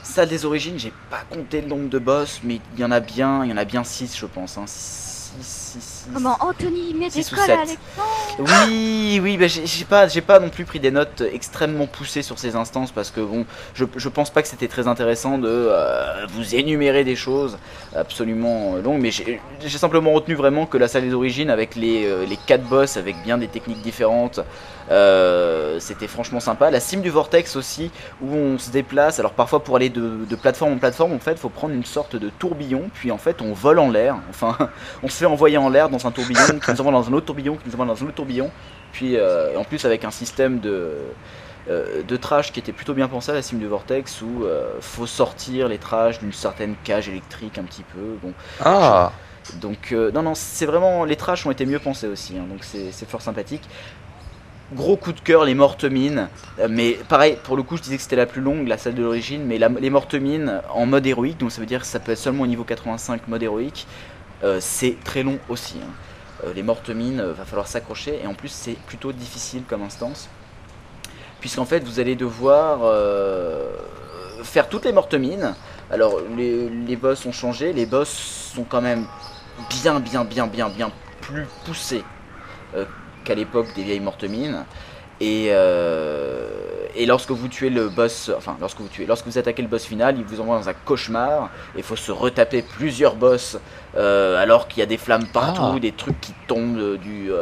Salle des origines, j'ai pas compté le nombre de boss, mais il y en a bien 6 je pense. Hein. 6. Comment Anthony met des 6 ou cols 7. à Alexandre? Oui, bah j'ai pas non plus pris des notes extrêmement poussées sur ces instances parce que bon, je pense pas que c'était très intéressant de vous énumérer des choses absolument longues, mais j'ai simplement retenu vraiment que la salle des origines avec les 4 boss avec bien des techniques différentes, c'était franchement sympa. La cime du vortex aussi où on se déplace, alors parfois pour aller de plateforme en plateforme en fait faut prendre une sorte de tourbillon, puis en fait on vole en l'air, enfin on se fait envoyer en l'air dans un tourbillon qui nous envoie dans un autre tourbillon, qui nous envoie dans un autre tourbillon, puis en plus avec un système de trash qui était plutôt bien pensé à la cime du vortex où faut sortir les trash d'une certaine cage électrique un petit peu. Bon, donc non c'est vraiment, les trash ont été mieux pensés aussi, hein, donc c'est fort sympathique. Gros coup de cœur, les mortes mines, mais pareil, pour le coup je disais que c'était la plus longue, la salle de l'origine, mais les mortes mines en mode héroïque, donc ça veut dire que ça peut être seulement au niveau 85 mode héroïque, c'est très long aussi, hein. Les mortes mines, va falloir s'accrocher, et en plus c'est plutôt difficile comme instance, puisqu'en fait vous allez devoir faire toutes les mortes mines. Alors les boss ont changé, les boss sont quand même bien plus poussés qu'à l'époque des vieilles mortes mines, et lorsque vous tuez le boss, enfin lorsque vous attaquez le boss final, il vous envoie dans un cauchemar et il faut se retaper plusieurs boss alors qu'il y a des flammes partout, des trucs qui tombent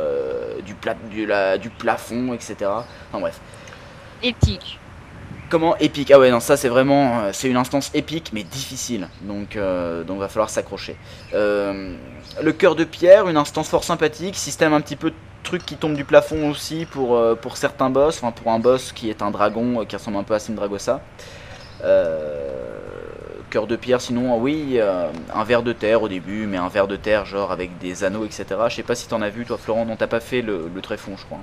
du plafond, etc. Enfin bref. Épique. Comment épique? Ah ouais, non, ça c'est vraiment, c'est une instance épique mais difficile, donc va falloir s'accrocher. Le cœur de pierre, une instance fort sympathique, système un petit peu truc qui tombe du plafond aussi pour certains boss, enfin pour un boss qui est un dragon qui ressemble un peu à Sindragosa. Cœur de pierre, sinon oui, un ver de terre au début, mais un ver de terre genre avec des anneaux, etc. Je sais pas si t'en as vu toi Florent, non t'as pas fait le tréfond je crois.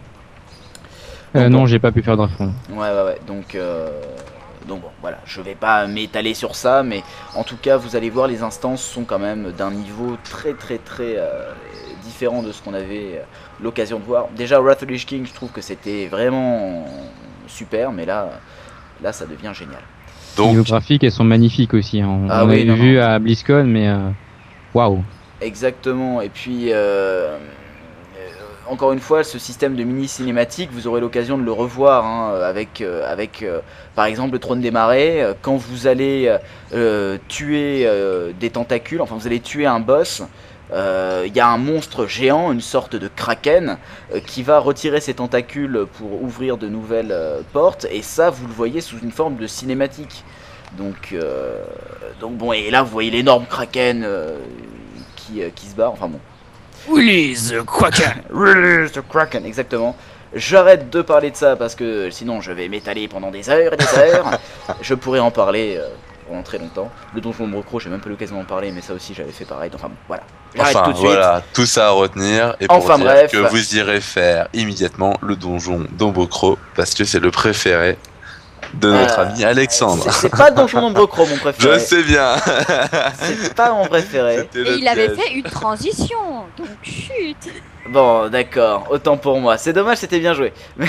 Non, j'ai pas pu faire de fond. Ouais, donc bon, voilà, je vais pas m'étaler sur ça, mais en tout cas, vous allez voir, les instances sont quand même d'un niveau très différent de ce qu'on avait l'occasion de voir. Déjà, Wrath of the Lich King, je trouve que c'était vraiment super, mais là, ça devient génial. Donc, les graphiques, elles sont magnifiques aussi. Hein. On avait vu à BlizzCon, mais waouh. Exactement, et puis encore une fois, ce système de mini cinématique, vous aurez l'occasion de le revoir hein, avec par exemple le trône des marais. Quand vous allez tuer des tentacules, enfin vous allez tuer un boss, il y a un monstre géant, une sorte de kraken, qui va retirer ses tentacules pour ouvrir de nouvelles portes, et ça vous le voyez sous une forme de cinématique. Donc bon, et là vous voyez l'énorme kraken qui se barre, enfin bon. Release the Kraken. Release the Kraken, exactement. J'arrête de parler de ça parce que sinon je vais m'étaler pendant des heures et des heures. Je pourrais en parler pendant très longtemps. Le donjon de Brocro, j'ai même pas l'occasion d'en parler, mais ça aussi j'avais fait pareil. Enfin bon, voilà. J'arrête tout de suite. Voilà, tout ça à retenir. Et pour dire bref, que vous irez faire immédiatement le donjon d'Ombocro parce que c'est le préféré de notre ami Alexandre. C'est pas Donjon d'Ombrecro mon préféré. Je sais bien. C'est pas mon préféré. Et il avait fait une transition, donc chut. Bon, d'accord, autant pour moi. C'est dommage, c'était bien joué. Mais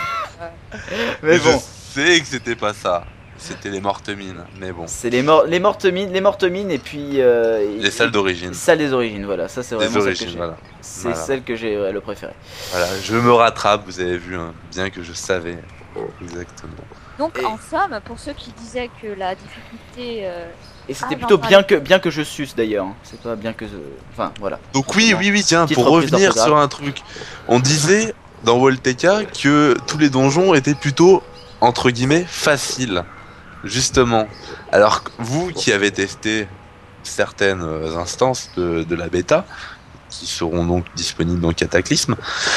bon. Je sais que c'était pas ça. C'était les mortes mines, mais bon. C'est les mortes mines et puis les salles d'origine. Salles des origines, voilà. Ça c'est vraiment origines, celle que j'ai. voilà. C'est celle que j'ai le préféré. Voilà, je me rattrape. Vous avez vu, hein, bien que je savais exactement. Donc en somme, pour ceux qui disaient que la difficulté... Et c'était plutôt bien que je suce d'ailleurs, hein. C'est pas bien que... Enfin voilà. Donc oui, tiens, pour revenir sur un truc. On disait dans Volteca que tous les donjons étaient plutôt, entre guillemets, faciles. Justement. Alors vous qui avez testé certaines instances de la bêta, qui seront donc disponibles dans Cataclysme,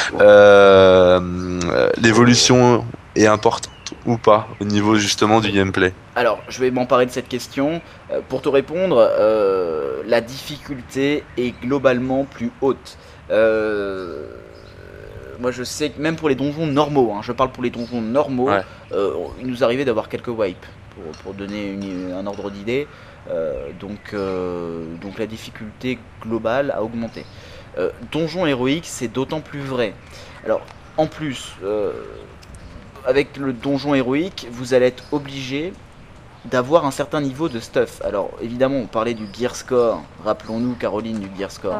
l'évolution est importante ou pas au niveau justement du gameplay? Alors je vais m'emparer de cette question. Pour te répondre, la difficulté est globalement plus haute. Moi je sais que même pour les donjons normaux, hein, je parle pour les donjons normaux, il nous arrivait d'avoir quelques wipes pour donner un ordre d'idée. Donc la difficulté globale a augmenté. Donjon héroïque, c'est d'autant plus vrai. Alors en plus, avec le donjon héroïque, vous allez être obligé d'avoir un certain niveau de stuff. Alors évidemment on parlait du gear score, rappelons-nous Caroline du gear score.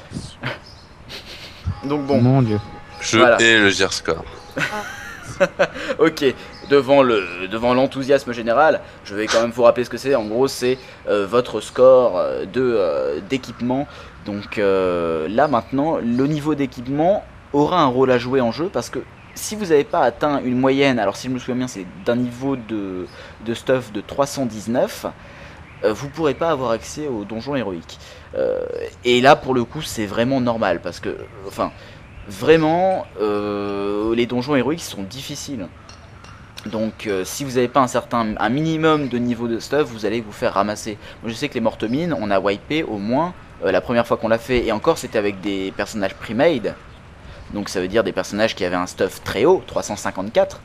Donc bon. Mon Dieu. Je Voilà. hais le gear score. Ok, devant l'enthousiasme général, je vais quand même vous rappeler ce que c'est. En gros, c'est votre score d'équipement. Donc là maintenant, le niveau d'équipement aura un rôle à jouer en jeu parce que si vous n'avez pas atteint une moyenne, alors si je me souviens bien, c'est d'un niveau de stuff de 319, vous pourrez pas avoir accès aux donjons héroïques. Et là, pour le coup, c'est vraiment normal parce que, enfin, vraiment, les donjons héroïques sont difficiles. Donc, si vous n'avez pas un minimum de niveau de stuff, vous allez vous faire ramasser. Moi, je sais que les mortemines, on a wipé au moins la première fois qu'on l'a fait, et encore, c'était avec des personnages pre-made. Donc ça veut dire des personnages qui avaient un stuff très haut, 354.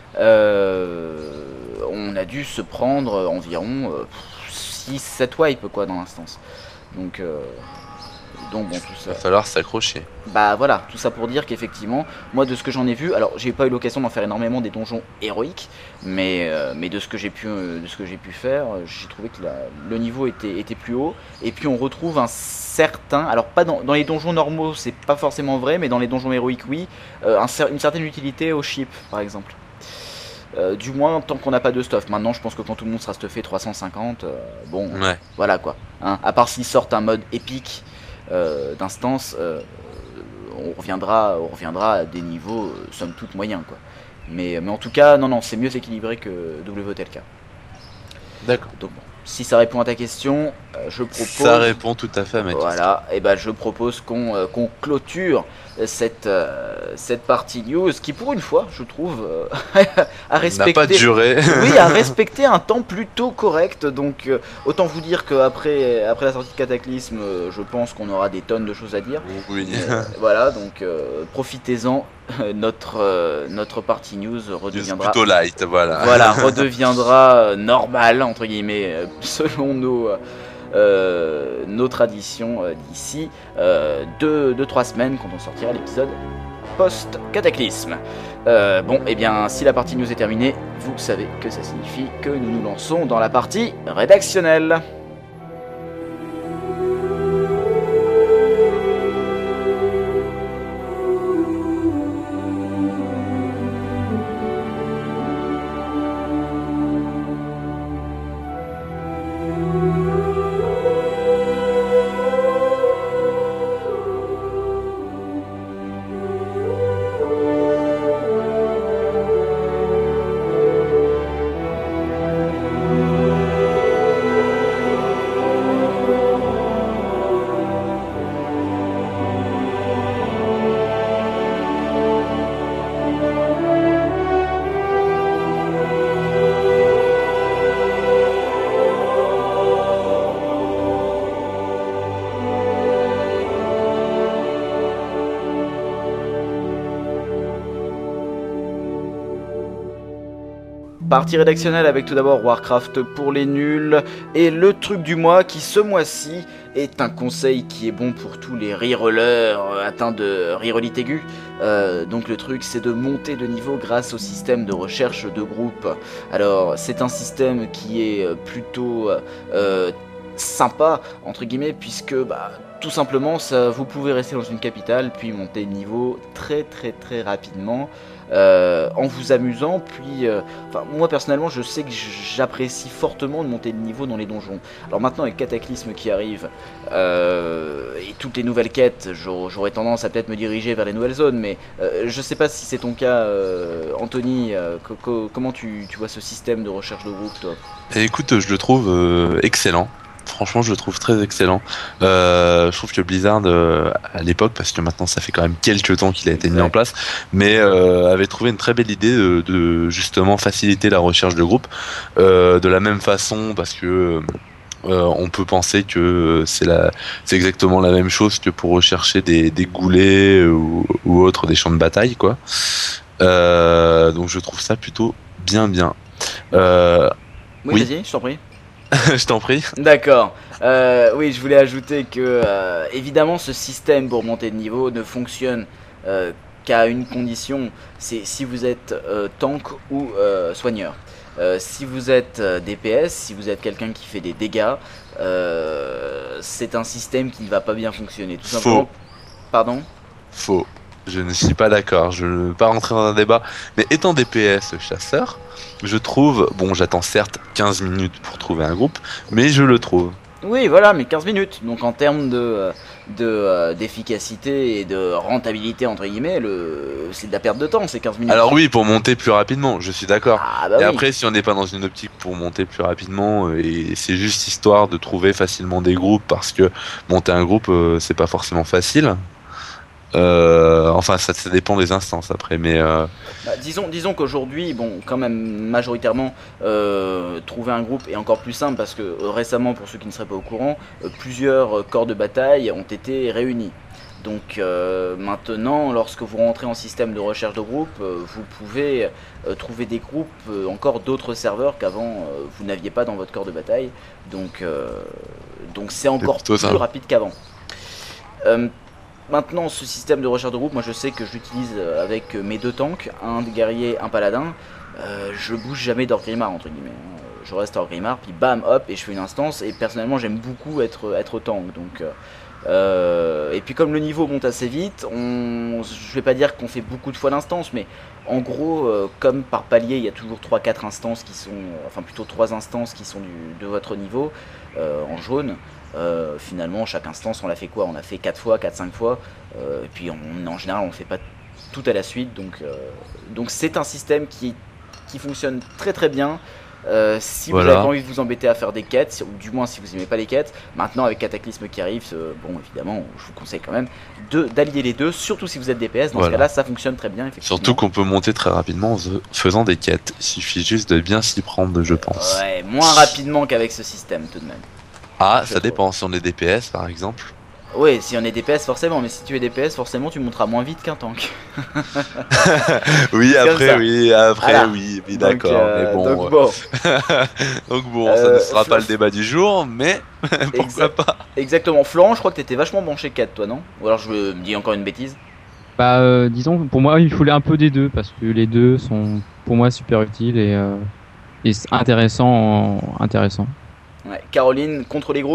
On a dû se prendre environ 6-7 wipes quoi dans l'instance. Donc bon, tout ça. Il va falloir s'accrocher. Bah voilà, tout ça pour dire qu'effectivement, moi de ce que j'en ai vu, alors j'ai pas eu l'occasion d'en faire énormément des donjons héroïques, mais de ce que j'ai pu faire, j'ai trouvé que le niveau était plus haut. Et puis on retrouve un certain, alors pas dans les donjons normaux, c'est pas forcément vrai, mais dans les donjons héroïques oui, une certaine utilité au ship par exemple. Du moins tant qu'on n'a pas de stuff. Maintenant je pense que quand tout le monde sera stuffé 350, bon, Ouais. voilà quoi. Hein, à part s'ils sortent un mode épique d'instance, on reviendra à des niveaux somme toute moyens quoi. Mais en tout cas non c'est mieux équilibré que WTLK. D'accord. Donc bon, si ça répond à ta question, je propose. Ça répond tout à fait à ma question. Voilà, et ben je propose qu'on clôture cette partie news qui pour une fois je trouve a respecté. N'a pas duré. Oui, a respecté un temps plutôt correct. Donc autant vous dire qu'après la sortie de Cataclysme, je pense qu'on aura des tonnes de choses à dire. Oui. Voilà, donc profitez-en. Notre partie news redeviendra Plutôt light, voilà. voilà, redeviendra normal entre guillemets selon nos traditions d'ici 2-3 semaines quand on sortira l'épisode post-cataclysme. Bon, et bien si la partie news est terminée, vous savez que ça signifie que nous nous lançons dans la partie rédactionnelle. Partie rédactionnelle avec tout d'abord Warcraft pour les nuls et le truc du mois qui ce mois-ci est un conseil qui est bon pour tous les rerollers atteints de rerolite aiguë. Donc le truc c'est de monter de niveau grâce au système de recherche de groupe. Alors c'est un système qui est plutôt sympa entre guillemets puisque tout simplement vous pouvez rester dans une capitale puis monter de niveau très rapidement. En vous amusant, puis moi personnellement je sais que j'apprécie fortement de monter de niveau dans les donjons. Alors maintenant avec Cataclysme qui arrive et toutes les nouvelles quêtes, j'aurais tendance à peut-être me diriger vers les nouvelles zones, mais je sais pas si c'est ton cas Anthony, comment tu vois ce système de recherche de groupe toi? Et écoute, je le trouve excellent. Franchement, je le trouve très excellent. Je trouve que Blizzard, à l'époque, parce que maintenant ça fait quand même quelques temps qu'il a été mis en place, mais avait trouvé une très belle idée de justement faciliter la recherche de groupe. De la même façon, parce que on peut penser que c'est exactement la même chose que pour rechercher des goulets ou autres, des champs de bataille, quoi. Donc je trouve ça plutôt bien. Oui, vas-y, je t'en prie. Je t'en prie. D'accord. Oui, je voulais ajouter que évidemment ce système pour monter de niveau ne fonctionne qu'à une condition, c'est si vous êtes tank ou soigneur. Si vous êtes DPS, si vous êtes quelqu'un qui fait des dégâts, c'est un système qui ne va pas bien fonctionner. Tout simplement. Pardon ? Faux. Je ne suis pas d'accord, je ne veux pas rentrer dans un débat. Mais étant DPS chasseur, je trouve, bon j'attends certes 15 minutes pour trouver un groupe, mais je le trouve. Oui voilà, mais 15 minutes. Donc en termes d'efficacité et de rentabilité entre guillemets, c'est de la perte de temps ces 15 minutes. Alors oui, pour monter plus rapidement, je suis d'accord. Ah, bah et oui. après, si on n'est pas dans une optique pour monter plus rapidement, et c'est juste histoire de trouver facilement des groupes, parce que monter un groupe, c'est pas forcément facile. Enfin, ça dépend des instances après, mais disons qu'aujourd'hui, bon, quand même majoritairement, trouver un groupe est encore plus simple parce que récemment, pour ceux qui ne seraient pas au courant, plusieurs corps de bataille ont été réunis. Donc maintenant, lorsque vous rentrez en système de recherche de groupe, vous pouvez trouver des groupes, encore d'autres serveurs qu'avant vous n'aviez pas dans votre corps de bataille. Donc c'est encore plus rapide qu'avant. Maintenant, ce système de recherche de groupe, moi je sais que je l'utilise avec mes 2 tanks, un guerrier, un paladin. Je bouge jamais d'Orgrimmar entre guillemets. Je reste à Orgrimmar, puis bam, hop, et je fais une instance. Et personnellement, j'aime beaucoup être tank. Donc, et puis comme le niveau monte assez vite, je vais pas dire qu'on fait beaucoup de fois l'instance, mais en gros, comme par palier, il y a toujours 3-4 instances qui sont, enfin plutôt 3 instances qui sont de votre niveau en jaune. Finalement, chaque instance, on l'a fait quoi ? On l'a fait 4 fois, 4-5 fois, et puis en général, on ne fait pas tout à la suite, donc c'est un système qui fonctionne très très bien. Si vous n'avez pas envie de vous embêter à faire des quêtes, ou du moins si vous n'aimez pas les quêtes, maintenant avec Cataclysme qui arrive, bon évidemment, je vous conseille quand même d'allier les deux, surtout si vous êtes DPS, dans ce cas-là, ça fonctionne très bien. Surtout qu'on peut monter très rapidement en faisant des quêtes, il suffit juste de bien s'y prendre, je pense. Ouais, moins rapidement qu'avec ce système tout de même. Ah, ça dépend, si on est DPS par exemple. Oui, si on est DPS forcément, mais si tu es DPS forcément tu monteras moins vite qu'un tank. Oui, après, voilà. oui, d'accord. Mais bon, donc bon, donc bon, ça ne sera pas le débat du jour, mais pourquoi pas. Exactement. Florent, je crois que t'étais vachement branché 4 toi, non ? Ou alors je me dis encore une bêtise ? Bah, disons, pour moi, il fallait un peu des deux, parce que les deux sont pour moi super utiles et intéressants. Ouais. Caroline, contre les groupes ?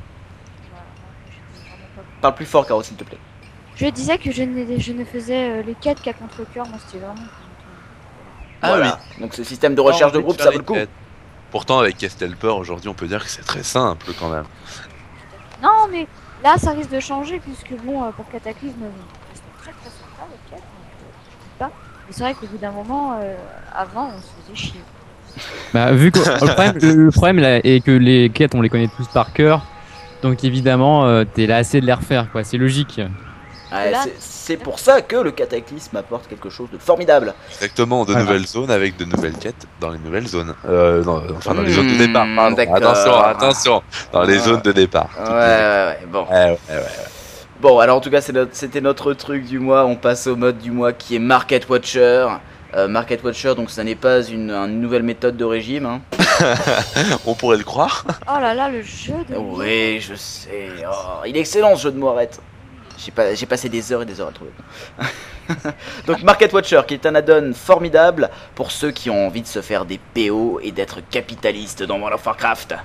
Parle plus fort, Caro, s'il te plaît. Je disais que je ne faisais les quêtes qu'à contre-cœur, moi c'était vraiment... Voilà. Oui. Donc ce système de recherche de groupe, ça vaut le coup. Pourtant, avec Castelper, aujourd'hui, on peut dire que c'est très simple quand même. Non, mais là, ça risque de changer, puisque bon, pour Cataclysme, c'est très très sympa les quêtes, donc je dis pas. Mais c'est vrai qu'au bout d'un moment, avant, on se faisait chier. Bah, vu que le problème là, est que les quêtes, on les connaît tous par cœur. Donc évidemment, t'es lassé de les refaire, quoi. C'est logique. Ouais, c'est pour ça que le Cataclysme apporte quelque chose de formidable. Exactement, de nouvelles zones avec de nouvelles quêtes dans les nouvelles zones. Dans les zones de départ. Attention, dans les zones de départ. Ouais, bon. Ouais. Bon, alors en tout cas, c'était notre truc du mois. On passe au mode du mois qui est Market Watcher. Market Watcher, donc ça n'est pas une nouvelle méthode de régime. Hein. On pourrait le croire. Oh là là, le jeu de mots. Oui, je sais. Oh, il est excellent ce jeu de mots, arrête. J'ai passé des heures et des heures à le trouver. Donc Market Watcher, qui est un add-on formidable pour ceux qui ont envie de se faire des PO et d'être capitalistes dans World of Warcraft.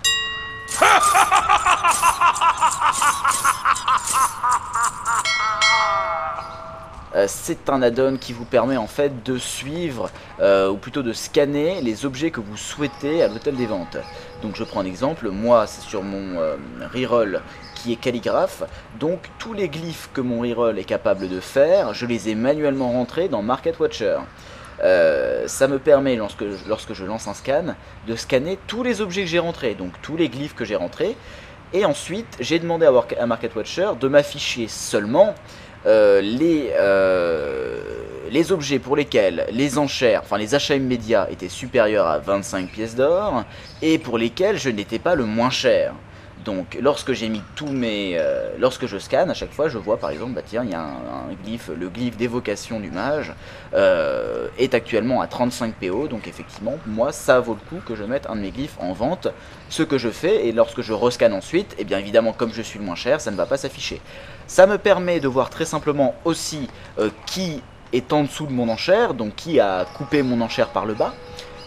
C'est un add-on qui vous permet en fait de suivre, ou plutôt de scanner les objets que vous souhaitez à l'hôtel des ventes. Donc je prends un exemple, moi c'est sur mon reroll qui est calligraphe, donc tous les glyphes que mon reroll est capable de faire, je les ai manuellement rentrés dans Market Watcher. Ça me permet, lorsque je lance un scan, de scanner tous les objets que j'ai rentrés, donc tous les glyphes que j'ai rentrés, et ensuite j'ai demandé à Market Watcher de m'afficher seulement les objets pour lesquels les enchères, enfin les achats immédiats étaient supérieurs à 25 pièces d'or et pour lesquels je n'étais pas le moins cher. Donc lorsque j'ai mis lorsque je scanne, à chaque fois je vois par exemple, bah tiens, il y a un glyphe, le glyphe d'évocation du mage est actuellement à 35 PO, donc effectivement moi ça vaut le coup que je mette un de mes glyphes en vente, ce que je fais, et lorsque je rescanne ensuite, et bien évidemment comme je suis le moins cher, ça ne va pas s'afficher. Ça me permet de voir très simplement aussi qui est en dessous de mon enchère, donc qui a coupé mon enchère par le bas.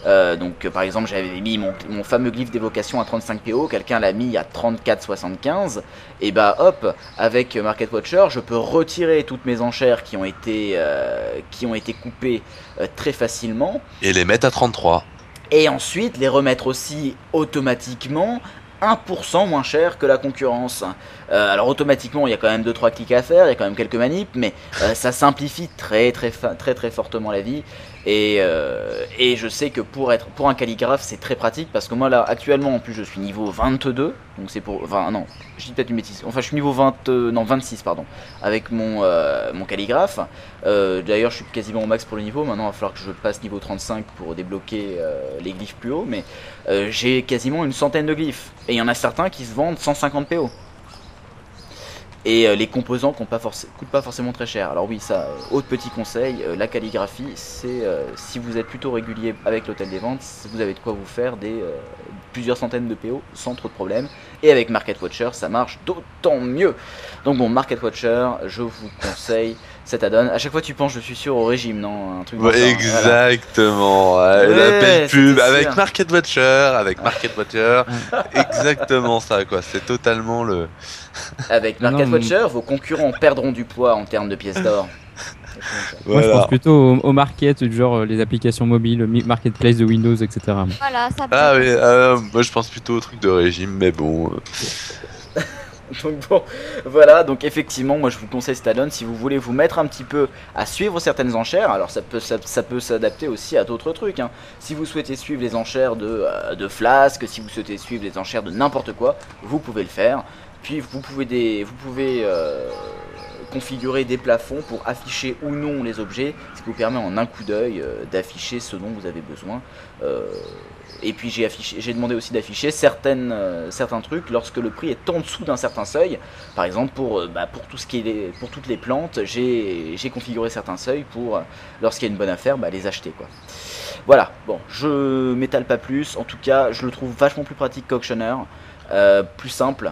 Donc par exemple j'avais mis mon fameux glyphe d'évocation à 35 PO, quelqu'un l'a mis à 34,75, et bah hop, avec Market Watcher je peux retirer toutes mes enchères qui ont été coupées très facilement. Et les mettre à 33. Et ensuite les remettre aussi automatiquement 1% moins cher que la concurrence. Alors automatiquement il y a quand même 2-3 clics à faire, il y a quand même quelques manips, mais ça simplifie très fortement la vie. Et je sais que pour un calligraphe c'est très pratique, parce que moi là actuellement en plus je suis niveau 22, donc c'est pour, enfin non, je dis peut-être une bêtise, enfin je suis niveau 26 pardon, avec mon calligraphe. D'ailleurs je suis quasiment au max pour le niveau, maintenant il va falloir que je passe niveau 35 pour débloquer les glyphes plus haut, mais j'ai quasiment une centaine de glyphes, et il y en a certains qui se vendent 150 PO. Et les composants coûtent pas forcément très cher. Alors oui, ça, autre petit conseil, la calligraphie, c'est si vous êtes plutôt régulier avec l'hôtel des ventes, vous avez de quoi vous faire plusieurs centaines de PO sans trop de problèmes. Et avec Market Watcher, ça marche d'autant mieux. Donc bon, Market Watcher, je vous conseille cet add-on. À chaque fois tu penses, je suis sûr, au régime, non? Un truc comme ça, exactement. Voilà. La belle pub avec sûr. Market Watcher, exactement ça quoi. C'est totalement le. Avec Market Watcher, vos concurrents perdront du poids en termes de pièces d'or. Moi je pense plutôt au market, du genre les applications mobiles, marketplace de Windows, etc. Voilà, ça. Ah oui, moi je pense plutôt au truc de régime, mais bon. Donc bon, voilà, donc effectivement, moi je vous conseille cet add-on si vous voulez vous mettre un petit peu à suivre certaines enchères. Alors ça peut s'adapter aussi à d'autres trucs, hein. Si vous souhaitez suivre les enchères de Flask, si vous souhaitez suivre les enchères de n'importe quoi, vous pouvez le faire. Puis vous pouvez configurer des plafonds pour afficher ou non les objets, ce qui vous permet en un coup d'œil d'afficher ce dont vous avez besoin. Et puis j'ai demandé aussi d'afficher certains trucs lorsque le prix est en dessous d'un certain seuil. Par exemple pour toutes les plantes, j'ai configuré certains seuils pour lorsqu'il y a une bonne affaire, les acheter quoi. Voilà, bon, je m'étale pas plus. En tout cas, je le trouve vachement plus pratique qu'Auctioneer, plus simple.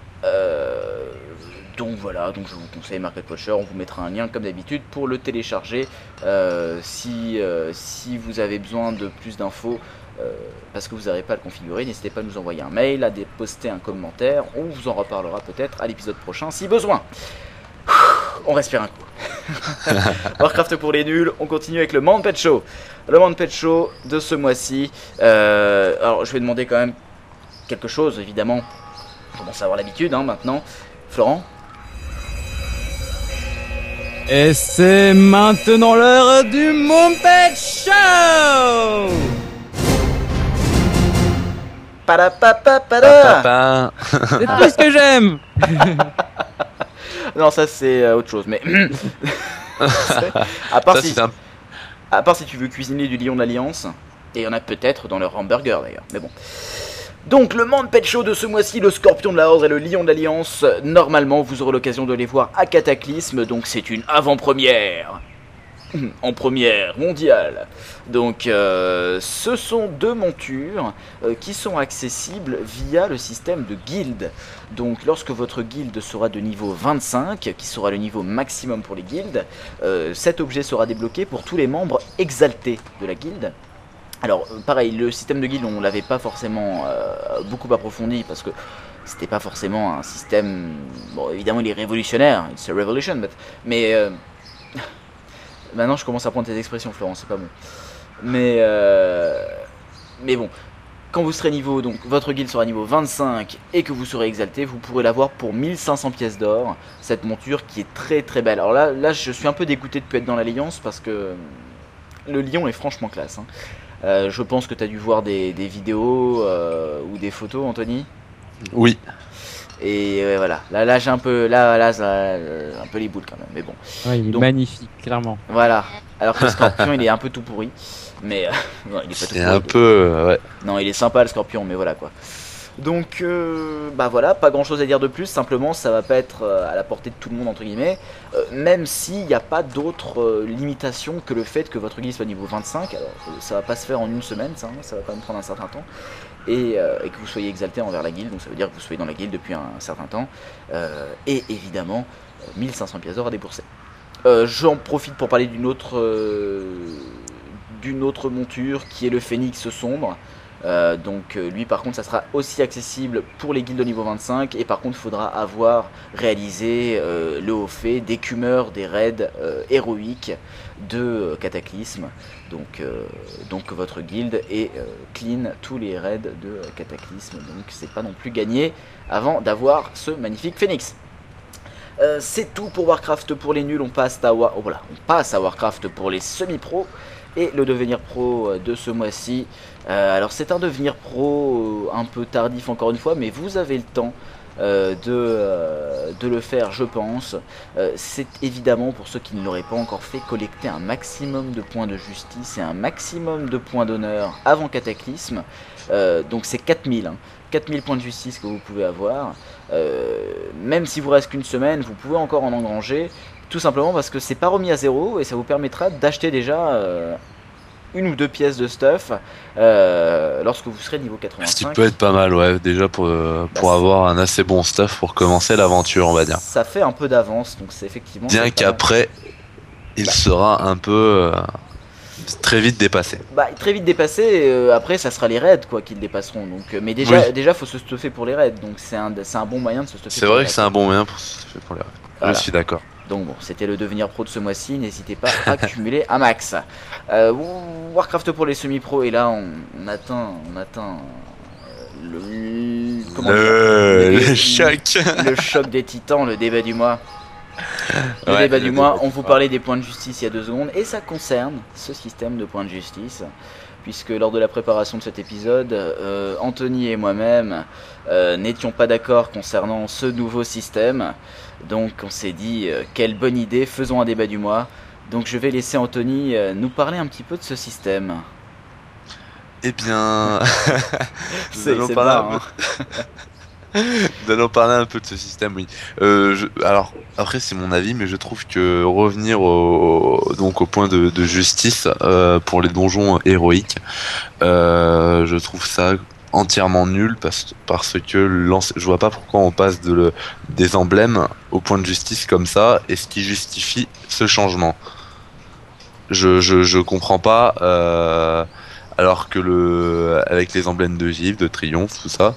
Donc voilà, donc je vous conseille Market Watcher, on vous mettra un lien comme d'habitude pour le télécharger si vous avez besoin de plus d'infos parce que vous n'arrivez pas à le configurer, n'hésitez pas à nous envoyer un mail, à poster un commentaire, on vous en reparlera peut-être à l'épisode prochain si besoin. On respire un coup. Warcraft pour les nuls, on continue avec le Monde Pet Show. Le Monde Pet Show de ce mois-ci, alors je vais demander quand même quelque chose évidemment. On commence à avoir l'habitude maintenant. Florent? Et c'est maintenant l'heure du Mumpet Show. Padapapapada. C'est tout ce que j'aime. Non, ça c'est autre chose, mais à part si tu veux cuisiner du lion de l'Alliance, et il y en a peut-être dans leur hamburger d'ailleurs, mais bon. Donc le Monde Pet Show de ce mois-ci, le Scorpion de la Horde et le Lion de l'Alliance, normalement vous aurez l'occasion de les voir à Cataclysme, donc c'est une avant-première, en première mondiale. Donc ce sont deux montures qui sont accessibles via le système de guildes. Donc lorsque votre guilde sera de niveau 25, qui sera le niveau maximum pour les guildes, cet objet sera débloqué pour tous les membres exaltés de la guilde. Alors pareil, le système de guilde on l'avait pas forcément beaucoup approfondi parce que c'était pas forcément un système, bon évidemment il est révolutionnaire, it's a revolution, mais maintenant je commence à prendre tes expressions Florent, c'est pas bon. Mais bon, quand vous serez niveau, donc votre guilde sera niveau 25 et que vous serez exalté, vous pourrez l'avoir pour 1500 pièces d'or, cette monture qui est très très belle. Alors là je suis un peu dégoûté de plus être dans l'Alliance parce que le lion est franchement classe, hein. Je pense que tu as dû voir des vidéos ou des photos, Anthony. Oui. Et voilà, là j'ai un peu, un peu les boules quand même, mais bon. Ouais, il est magnifique, clairement. Voilà. Alors que le Scorpion, il est un peu tout pourri, mais non, il est pas tout pourri. Un peu, ouais. Non, il est sympa le Scorpion, mais voilà quoi. Donc voilà, pas grand chose à dire de plus, simplement ça va pas être à la portée de tout le monde entre guillemets, même s'il n'y a pas d'autres limitations que le fait que votre guilde soit niveau 25, alors ça va pas se faire en une semaine, ça va quand même prendre un certain temps, et que vous soyez exalté envers la guilde, donc ça veut dire que vous soyez dans la guilde depuis un certain temps, et évidemment 1500 pièces d'or à débourser. J'en profite pour parler d'une autre d'une autre monture qui est le Phénix sombre. Donc lui par contre ça sera aussi accessible pour les guildes de niveau 25 et par contre il faudra avoir réalisé le haut fait d'écumeur des raids héroïques de Cataclysme. Donc votre guilde est clean tous les raids de Cataclysme, donc c'est pas non plus gagné avant d'avoir ce magnifique Phénix. C'est tout pour Warcraft pour les nuls, on passe à Warcraft pour les semi-pros. Et le devenir pro de ce mois-ci, alors c'est un devenir pro un peu tardif encore une fois, mais vous avez le temps de le faire je pense. C'est évidemment pour ceux qui ne l'auraient pas encore fait, collecter un maximum de points de justice et un maximum de points d'honneur avant Cataclysme. Donc c'est 4000, hein. 4000 points de justice que vous pouvez avoir. Même si vous reste qu'une semaine, vous pouvez encore en engranger. Tout simplement parce que c'est pas remis à zéro et ça vous permettra d'acheter déjà une ou deux pièces de stuff lorsque vous serez niveau 85. Ce qui peut être pas mal, ouais, déjà pour avoir un assez bon stuff pour commencer l'aventure, on va dire. Ça fait un peu d'avance, donc c'est effectivement... Bien qu'après, il sera un peu très vite dépassé. Très vite dépassé, après ça sera les raids quoi qui le dépasseront. Donc, mais déjà faut se stuffer pour les raids, donc c'est un bon moyen de se stuffer. C'est vrai que c'est un bon moyen pour se stuffer pour les raids. Voilà. Je suis d'accord. Donc bon, c'était le devenir pro de ce mois-ci, n'hésitez pas à cumuler un max. Warcraft pour les semi-pros, et là on atteint le choc. Le choc des titans, le débat du mois. Le débat du mois, on vous parlait des points de justice il y a 2 secondes, et ça concerne ce système de points de justice. Puisque lors de la préparation de cet épisode, Anthony et moi-même n'étions pas d'accord concernant ce nouveau système. Donc on s'est dit, quelle bonne idée, faisons un débat du mois. Donc je vais laisser Anthony nous parler un petit peu de ce système. Eh bien, nous allons parler un peu de ce système, oui. Alors, après c'est mon avis, mais je trouve que revenir au point de justice pour les donjons héroïques, je trouve ça entièrement nul parce que je vois pas pourquoi on passe des emblèmes au point de justice comme ça et ce qui justifie ce changement. Je comprends pas. Alors que avec les emblèmes de givre, de triomphe, tout ça,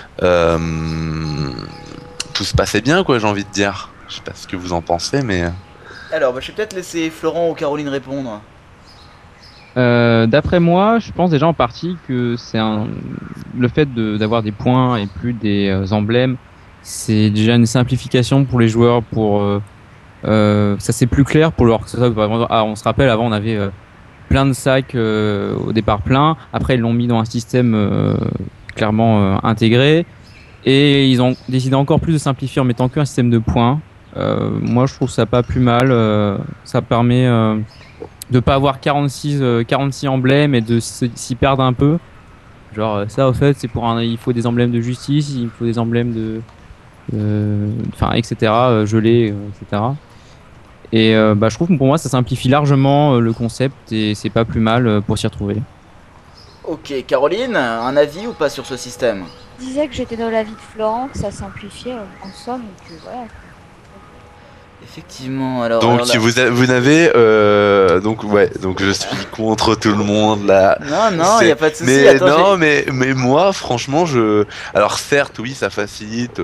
tout se passait bien, quoi, j'ai envie de dire. Je sais pas ce que vous en pensez, mais... Alors, je vais peut-être laisser Florent ou Caroline répondre. D'après moi, je pense déjà en partie que le fait d'avoir des points et plus des emblèmes, c'est déjà une simplification pour les joueurs. Ça c'est plus clair pour leur. On se rappelle, avant on avait plein de sacs au départ plein. Après ils l'ont mis dans un système clairement intégré et ils ont décidé encore plus de simplifier en mettant qu'un système de points. Moi je trouve ça pas plus mal. Ça permet de pas avoir 46 emblèmes et de s'y perdre un peu. Genre ça au fait c'est il faut des emblèmes de justice, il faut des emblèmes etc. Gelés, etc. Et je trouve que pour moi ça simplifie largement le concept et c'est pas plus mal pour s'y retrouver. Ok, Caroline, un avis ou pas sur ce système? Je disais que j'étais dans l'avis de Florent, que ça simplifiait en somme et que voilà. Effectivement, alors... Donc alors là... vous n'avez... donc je suis contre tout le monde là. Non, il n'y a pas de souci. Mais attends, mais moi franchement alors certes oui ça facilite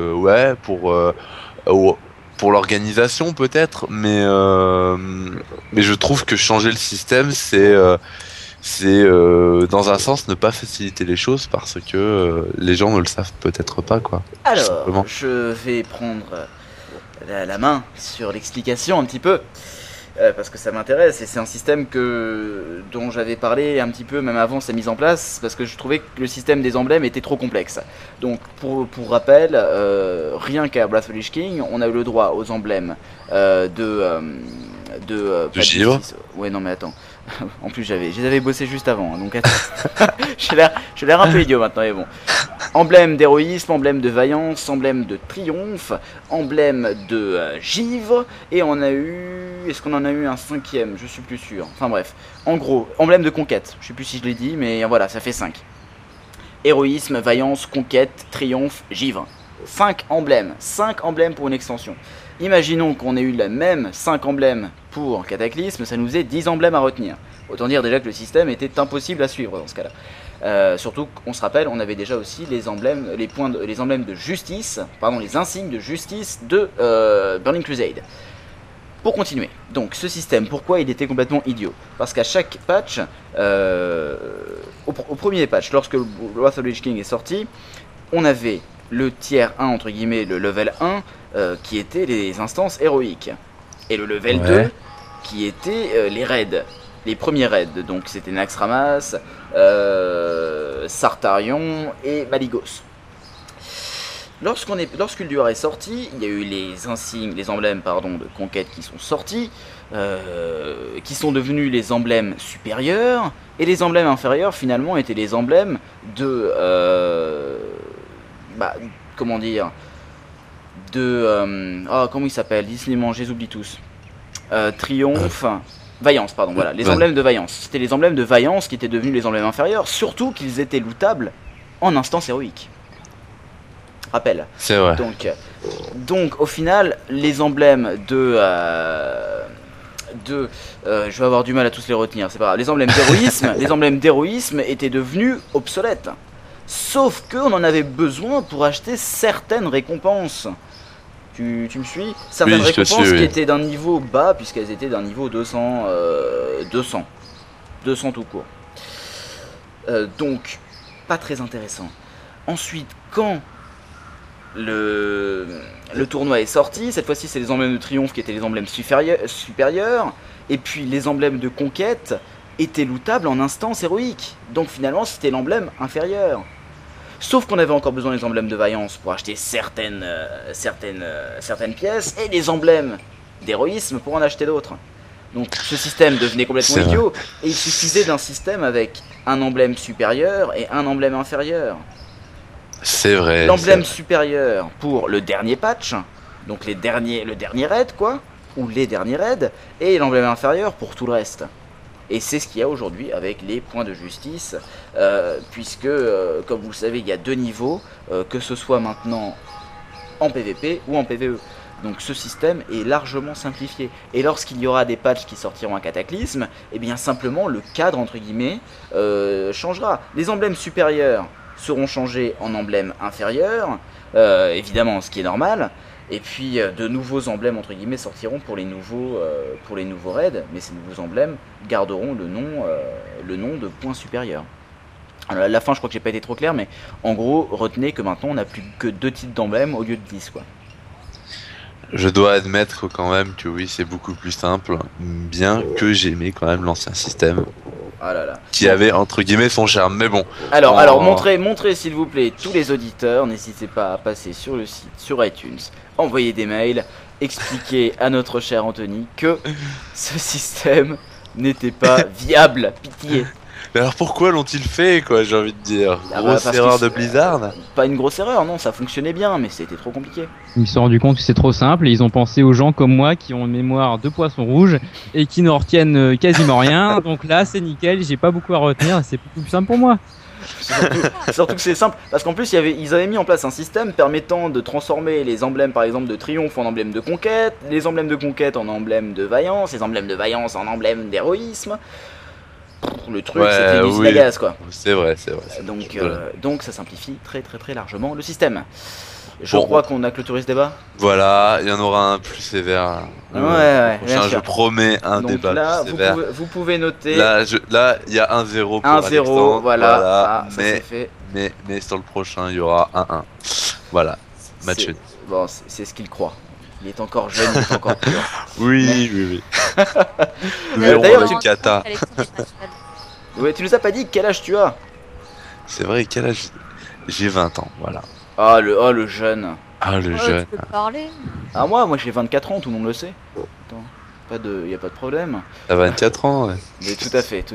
pour l'organisation peut-être, mais je trouve que changer le système c'est dans un sens ne pas faciliter les choses parce que les gens ne le savent peut-être pas quoi. Alors je vais prendre la main sur l'explication un petit peu parce que ça m'intéresse et c'est un système dont j'avais parlé un petit peu même avant sa mise en place parce que je trouvais que le système des emblèmes était trop complexe. Donc pour rappel, rien qu'à Wrath of the Lich King, on a eu le droit aux emblèmes de givre. Ouais non mais attends. En plus je les avais bossé juste avant, donc attends. j'ai l'air un peu idiot maintenant, mais bon. Emblème d'héroïsme, emblème de vaillance, emblème de triomphe, emblème de givre, et on a eu... Est-ce qu'on en a eu un 5e? Je suis plus sûr. Enfin bref, en gros, emblème de conquête. Je sais plus si je l'ai dit, mais voilà, ça fait 5. Héroïsme, vaillance, conquête, triomphe, givre. 5 emblèmes pour une extension. Imaginons qu'on ait eu la même 5 emblèmes pour Cataclysme, ça nous faisait 10 emblèmes à retenir. Autant dire déjà que le système était impossible à suivre dans ce cas-là. Surtout qu'on se rappelle, on avait déjà aussi les emblèmes, les emblèmes de justice, pardon, les insignes de justice de Burning Crusade. Pour continuer, donc ce système, pourquoi il était complètement idiot? Parce qu'à chaque patch, au premier patch, lorsque Wrath of the Lich King est sorti, on avait le tier 1, entre guillemets, le level 1, qui était les instances héroïques. Et le level 2, qui était les raids. Les premiers raids, donc c'était Naxxramas, Sartarion et Malygos. Lorsqu'Ulduar est sorti, il y a eu les insignes, les emblèmes de conquête qui sont sortis, qui sont devenus les emblèmes supérieurs, et les emblèmes inférieurs finalement étaient les emblèmes de, comment dire, de, comment ils s'appellent, Disneyman, je les oublie tous, Triomphe, Vaillance, pardon, voilà, les emblèmes de Vaillance. C'était les emblèmes de Vaillance qui étaient devenus les emblèmes inférieurs, surtout qu'ils étaient lootables en instance héroïque. Rappel. C'est vrai. Donc au final, les emblèmes de je vais avoir du mal à tous les retenir, c'est pas grave. Les emblèmes d'héroïsme étaient devenus obsolètes. Sauf qu'on en avait besoin pour acheter certaines récompenses. Tu me suis? Certaines récompenses qui étaient d'un niveau bas, puisqu'elles étaient d'un niveau 200 tout court. Donc, pas très intéressant. Ensuite, quand le tournoi est sorti, cette fois-ci c'est les emblèmes de triomphe qui étaient les emblèmes supérieurs, et puis les emblèmes de conquête étaient lootables en instance héroïque. Donc finalement c'était l'emblème inférieur. Sauf qu'on avait encore besoin des emblèmes de vaillance pour acheter certaines pièces, et les emblèmes d'héroïsme pour en acheter d'autres. Donc ce système devenait complètement idiot, et il suffisait d'un système avec un emblème supérieur et un emblème inférieur. C'est vrai. L'emblème supérieur pour le dernier patch, donc le dernier raid quoi, ou les derniers raids, et l'emblème inférieur pour tout le reste. Et c'est ce qu'il y a aujourd'hui avec les points de justice, puisque, comme vous le savez, il y a deux niveaux, que ce soit maintenant en PvP ou en PvE. Donc ce système est largement simplifié. Et lorsqu'il y aura des patchs qui sortiront à Cataclysme, eh bien simplement le cadre, entre guillemets, changera. Les emblèmes supérieurs seront changés en emblèmes inférieurs, évidemment, ce qui est normal. Et puis de nouveaux emblèmes entre guillemets sortiront pour les nouveaux raids, mais ces nouveaux emblèmes garderont le nom de point supérieur. Alors à la fin je crois que j'ai pas été trop clair, mais en gros retenez que maintenant on n'a plus que 2 types d'emblèmes au lieu de 10 quoi. Je dois admettre quand même que oui c'est beaucoup plus simple, bien que j'aimais quand même l'ancien système. Ah là là. Qui avait entre guillemets son charme, mais bon. Alors montrez s'il vous plaît tous les auditeurs, n'hésitez pas à passer sur le site, sur iTunes, envoyer des mails, expliquer à notre cher Anthony que ce système n'était pas viable, pitié. Mais alors pourquoi l'ont-ils fait quoi, j'ai envie de dire. Grosse erreur de Blizzard. Pas une grosse erreur, non, ça fonctionnait bien, mais c'était trop compliqué. Ils se sont rendus compte que c'est trop simple et ils ont pensé aux gens comme moi qui ont une mémoire de poisson rouge et qui ne retiennent quasiment rien. Donc là c'est nickel, j'ai pas beaucoup à retenir, c'est beaucoup plus simple pour moi. Surtout que c'est simple, parce qu'en plus ils avaient mis en place un système permettant de transformer les emblèmes par exemple de triomphe en emblèmes de conquête, les emblèmes de conquête en emblèmes de vaillance, les emblèmes de vaillance en emblèmes d'héroïsme. Le truc c'était une usine à gaz quoi. C'est vrai. Donc ça simplifie très largement le système. Je crois qu'on a clôturé ce débat. Voilà, il y en aura un plus sévère. Ouais, bien sûr. Je promets un débat là, plus sévère. Vous pouvez noter. Là, il y a 1-0 pour 1-0, voilà. Mais sur le prochain, il y aura 1-1. Voilà, match. Bon, c'est ce qu'il croit. Il est encore jeune, il est encore pur. Oui. D'ailleurs, Kata. Ouais, tu nous as pas dit quel âge tu as. C'est vrai, quel âge? J'ai 20 ans, voilà. Ah le jeune. Ah le jeune. Tu peux parler. Ah moi j'ai 24 ans, tout le monde le sait. Attends, y a pas de problème. T'as 24 ans, ouais. Mais tout à fait.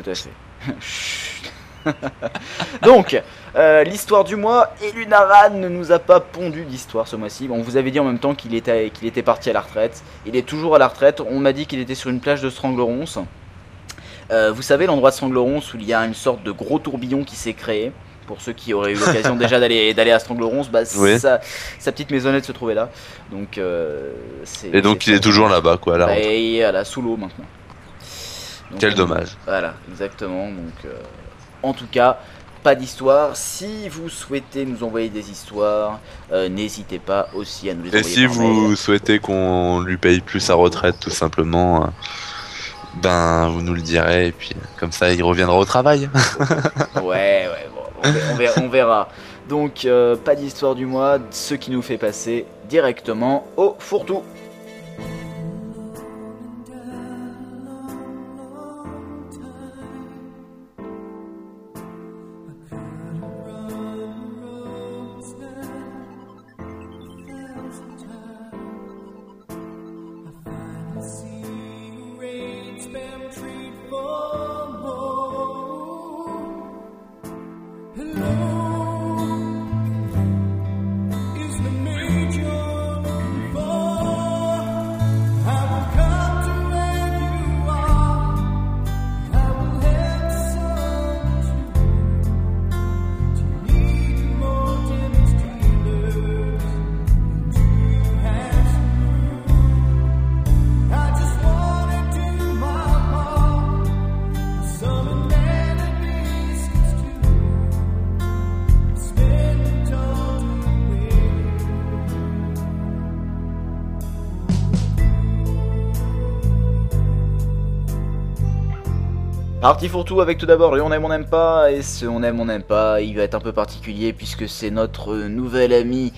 Donc, l'histoire du mois, et Lunaran ne nous a pas pondu d'histoire ce mois-ci. On vous avait dit en même temps qu'il était parti à la retraite. Il est toujours à la retraite. On m'a dit qu'il était sur une plage de Stranglerons. Vous savez l'endroit de Stranglerons où il y a une sorte de gros tourbillon qui s'est créé. Pour ceux qui auraient eu l'occasion déjà d'aller à Stranglerons, oui. sa petite maisonnette se trouvait là. Donc, et donc il est toujours là-bas quoi. Là et à la sous l'eau maintenant. Donc, Quel dommage. Voilà, exactement. Donc, en tout cas, pas d'histoire. Si vous souhaitez nous envoyer des histoires, n'hésitez pas aussi à nous les Et envoyer si par vous mail. souhaitez qu'on lui paye plus sa retraite, tout simplement, ben vous nous le direz et puis comme ça il reviendra au travail. Ouais, bon, on verra. Donc, pas d'histoire du mois, ce qui nous fait passer directement au fourre-tout. Parti fourre-tout avec tout d'abord le on aime on n'aime pas, et ce on n'aime pas il va être un peu particulier puisque c'est notre nouvel ami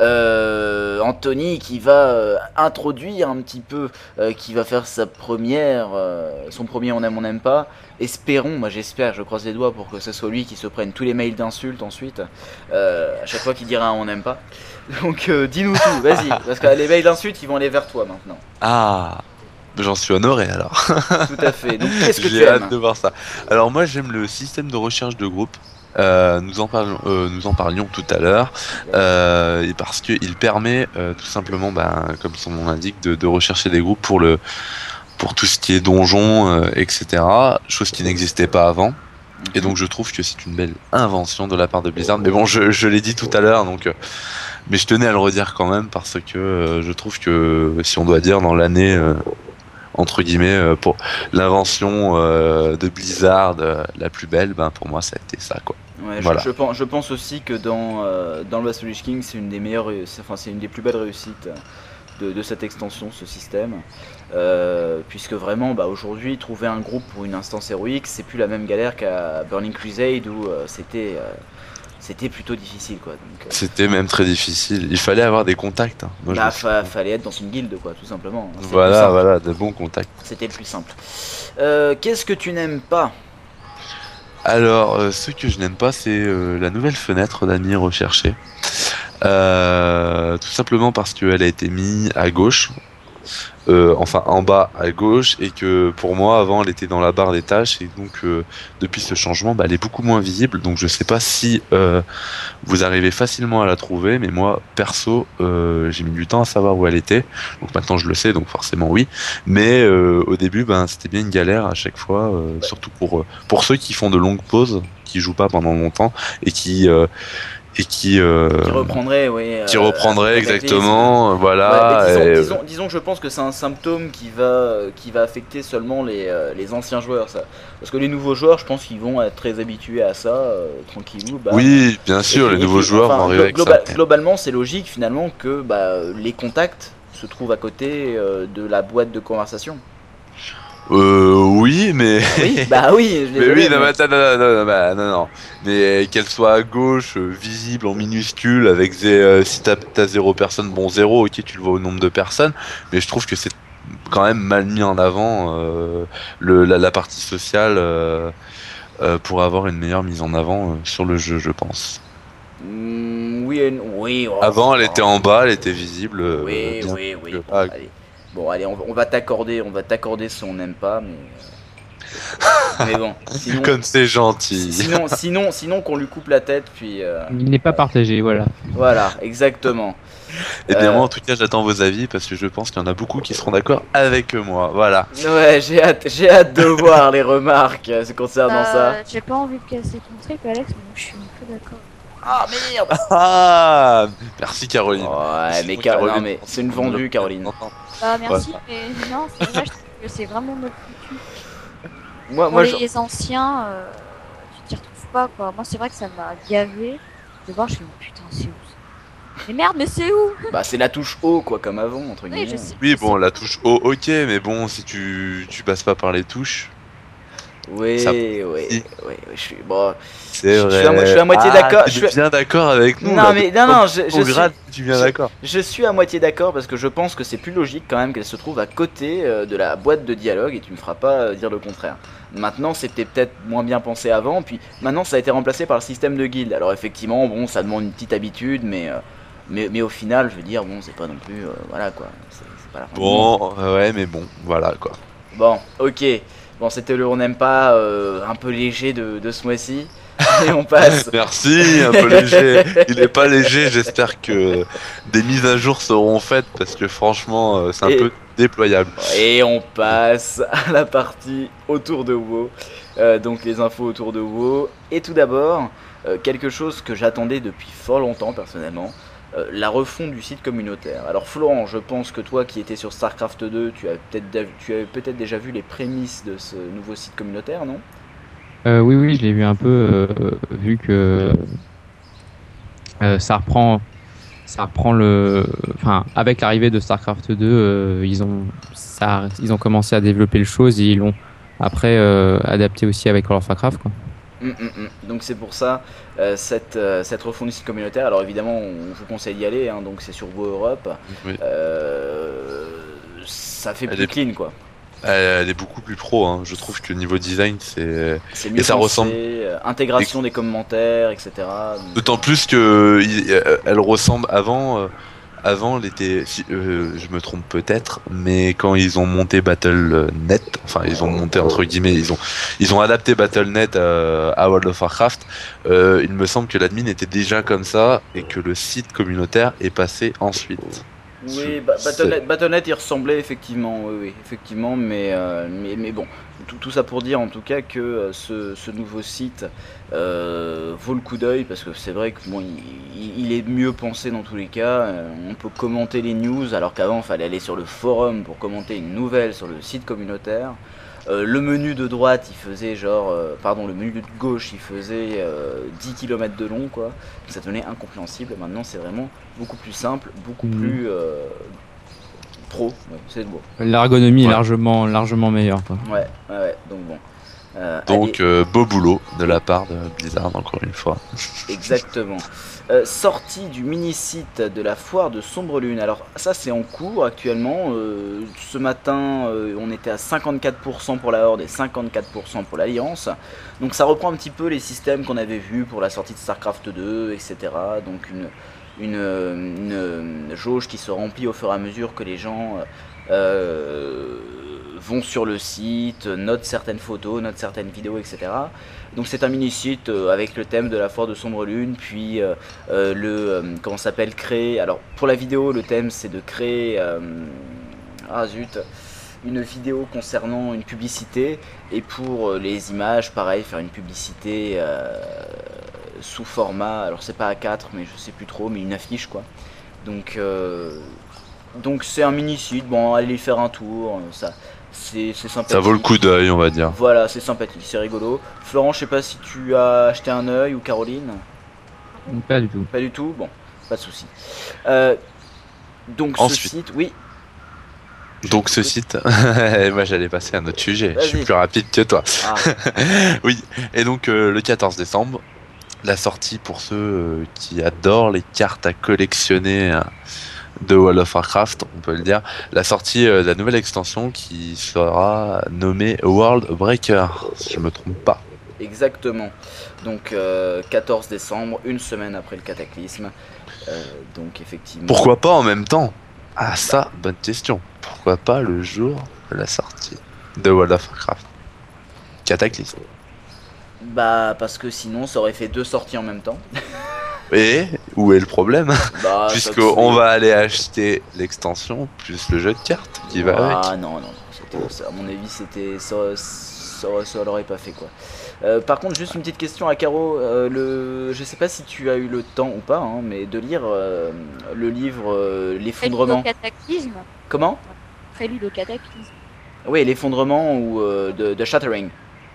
Anthony qui va introduire un petit peu, qui va faire sa première, son premier on n'aime pas. Espérons, moi j'espère, je croise les doigts pour que ce soit lui qui se prenne tous les mails d'insultes ensuite, à chaque fois qu'il dira un on n'aime pas. Donc dis-nous tout, vas-y, parce que les mails d'insultes ils vont aller vers toi maintenant. Ah, j'en suis honoré alors. Tout à fait. Donc qu'est-ce que tu J'ai hâte aimes? de voir ça. Alors moi j'aime le système de recherche de groupe. Nous en parlions tout à l'heure, et parce qu'il permet tout simplement, comme son nom l'indique, de rechercher des groupes pour tout ce qui est donjon, etc. Chose qui n'existait pas avant. Et donc je trouve que c'est une belle invention de la part de Blizzard. Mais bon, je l'ai dit tout à l'heure, donc mais je tenais à le redire quand même parce que je trouve que si on doit dire dans l'année entre guillemets pour l'invention de Blizzard la plus belle, pour moi ça a été ça quoi. Ouais, Voilà. je pense aussi que dans le Wrath of Lich King, c'est une des meilleures, c'est une des plus belles réussites de cette extension, ce système, puisque vraiment, aujourd'hui, trouver un groupe pour une instance héroïque, c'est plus la même galère qu'à Burning Crusade où c'était plutôt difficile, quoi. Donc, C'était même très difficile. Il fallait avoir des contacts. Hein. Moi, je me suis- fallait être dans une guilde, quoi, tout simplement. C'était le plus Voilà, simple. voilà, de bons contacts. C'était le plus simple. Qu'est-ce que tu n'aimes pas? Alors, ce que je n'aime pas, c'est la nouvelle fenêtre d'amis recherchée. Tout simplement parce qu'elle a été mise à gauche, enfin en bas à gauche, et que pour moi, avant, elle était dans la barre des tâches, et donc depuis ce changement, elle est beaucoup moins visible. Donc je sais pas si vous arrivez facilement à la trouver, mais moi, perso, j'ai mis du temps à savoir où elle était. Donc maintenant, je le sais, donc forcément oui. Mais au début, c'était bien une galère à chaque fois, surtout pour ceux qui font de longues pauses, qui jouent pas pendant longtemps, et qui Qui reprendrait, oui. qui reprendrait Cataclysme. exactement, voilà. Ouais, mais et- disons que je pense que c'est un symptôme qui va affecter seulement les anciens joueurs, ça. Parce que les nouveaux joueurs, je pense qu'ils vont être très habitués à ça, tranquillou. Oui, bien sûr, les nouveaux joueurs vont arriver avec ça. Globalement, c'est logique finalement que les contacts se trouvent à côté de la boîte de conversation. Oui, mais. Oui, oui, je Mais l'ai oui, donné, non, mais- mais attends, non. Mais qu'elle soit à gauche, visible en minuscule, avec si t'as 0 personne, bon 0, ok, tu le vois au nombre de personnes, mais je trouve que c'est quand même mal mis en avant la partie sociale pour avoir une meilleure mise en avant sur le jeu, je pense. Oui. Avant, elle était en bas, elle était visible. Oui. bien Bon, que- allez. Bon, allez, on va t'accorder ce on n'aime pas, mais. Mais bon, sinon, Comme c'est gentil. sinon qu'on lui coupe la tête, puis. Il n'est pas partagé, voilà. Voilà, exactement. Et bien moi, en tout cas, j'attends vos avis parce que je pense qu'il y en a beaucoup qui seront d'accord avec moi. Voilà. Ouais, j'ai hâte de voir les remarques concernant ça. J'ai pas envie de casser ton trip, Alex, mais je suis un peu d'accord. Ah merde! Ah, merci Caroline. Ouais, mais Caroline, non, mais c'est une vendue, Caroline. Bah merci, mais non, c'est vrai, je trouve que c'est vraiment mal foutu. Moi, Pour les anciens, tu t'y retrouves pas quoi. Moi c'est vrai que ça m'a gavé de voir, je me dis putain c'est où ça? Mais merde, mais c'est où? Bah c'est la touche haut quoi, comme avant entre guillemets. je sais. Oui, bon, la touche O, ok, mais bon, si tu passes pas par les touches. Oui, Ça- oui, je suis bon. C'est Je vrai. suis à moitié d'accord. Tu es bien d'accord avec nous. Non là, mais de- non, au grade, tu es bien d'accord. je suis à moitié d'accord parce que je pense que c'est plus logique quand même qu'elle se trouve à côté de la boîte de dialogue et tu me feras pas dire le contraire. Maintenant c'était peut-être moins bien pensé avant, puis maintenant ça a été remplacé par le système de guilde. Alors effectivement bon ça demande une petite habitude mais au final je veux dire bon c'est pas non plus voilà quoi. C'est pas la fin du monde. Bon, ouais, mais bon, voilà quoi. Bon ok. Bon c'était le on n'aime pas un peu léger de ce mois-ci. Et on passe. Merci, un peu léger. Il est pas léger, j'espère que des mises à jour seront faites parce que franchement, c'est un Et- peu déployable. Et on passe à la partie autour de WoW, donc les infos autour de WoW. Et tout d'abord, quelque chose que j'attendais depuis fort longtemps personnellement, la refonte du site communautaire. Alors Florent, je pense que toi qui étais sur StarCraft 2, tu avais peut-être déjà vu les prémices de ce nouveau site communautaire, non? Oui, je l'ai vu un peu, vu que ça reprend enfin, avec l'arrivée de StarCraft 2, ils ont commencé à développer le chose et ils l'ont après adapté aussi avec World of Warcraft, quoi. Donc c'est pour ça cette refonte du site communautaire. Alors évidemment, on vous conseille d'y aller, hein, donc c'est sur WoW Europe. Oui. Ça fait Elle plus est- clean quoi. Elle est beaucoup plus pro, hein. Je trouve que niveau design, c'est. C'est mieux Et ça pensé, ressemble- intégration des commentaires, etc. Donc, D'autant plus que elle ressemble avant. Avant, elle était. Je me trompe peut-être, mais quand ils ont monté Battle.net, enfin ils ont monté entre guillemets, ils ont adapté Battle.net à World of Warcraft. Il me semble que l'admin était déjà comme ça et que le site communautaire est passé ensuite. oui, C'est- Battle.net il ressemblait effectivement, oui, effectivement, mais bon, tout ça pour dire en tout cas que ce nouveau site vaut le coup d'œil parce que c'est vrai que bon, il est mieux pensé dans tous les cas. On peut commenter les news alors qu'avant il fallait aller sur le forum pour commenter une nouvelle sur le site communautaire. Le menu de droite il faisait le menu de gauche il faisait 10 km de long quoi, ça devenait incompréhensible. Maintenant c'est vraiment beaucoup plus simple, beaucoup plus pro, ouais, c'est le mot. L'ergonomie est Ouais. largement meilleure, quoi. Ouais, donc bon. Donc beau boulot de la part de Blizzard encore une fois. Exactement. Sortie du mini-site de la foire de Sombre-Lune. Alors ça c'est en cours actuellement. Ce matin on était à 54% pour la Horde et 54% pour l'Alliance. Donc ça reprend un petit peu les systèmes qu'on avait vus pour la sortie de StarCraft 2, etc. Donc une jauge qui se remplit au fur et à mesure que les gens vont sur le site, notent certaines photos, notent certaines vidéos, etc. Donc c'est un mini-site avec le thème de la foire de Sombre-Lune, puis comment ça s'appelle, créer... Alors pour la vidéo, le thème c'est de créer... une vidéo concernant une publicité, et pour les images, pareil, faire une publicité sous format, alors c'est pas A4, mais je sais plus trop, mais une affiche quoi. Donc c'est un mini-site, bon allez y faire un tour, c'est sympathique. Ça vaut le coup d'œil, on va dire. Voilà, c'est sympathique, c'est rigolo. Florent, je sais pas si tu as acheté un œil, ou Caroline. Pas du tout. Pas du tout, bon, pas de souci. Donc Ensuite. ce site, oui. Donc ce site, moi j'allais passer à un autre sujet, je suis Vas-y. plus rapide que toi. Ah, Oui, et donc le 14 décembre, la sortie pour ceux qui adorent les cartes à collectionner de World of Warcraft, on peut le dire, la sortie de la nouvelle extension qui sera nommée World Breaker, si je me trompe pas. exactement. Donc 14 décembre, une semaine après le cataclysme. Donc effectivement. Pourquoi pas en même temps? Ah ça, bonne question. Pourquoi pas le jour de la sortie de World of Warcraft? Cataclysme. Bah parce que sinon ça aurait fait deux sorties en même temps. Et où est le problème? Bah, Puisqu'on va aller acheter l'extension plus le jeu de cartes qui va avec. Ah non, à mon avis ça l'aurait pas fait quoi. Par contre juste une petite question à Caro, je sais pas si tu as eu le temps ou pas, hein, mais de lire le livre Prélude au L'effondrement. cataclysme. Comment? Prélude au cataclysme. Oui, l'effondrement ou de Shattering.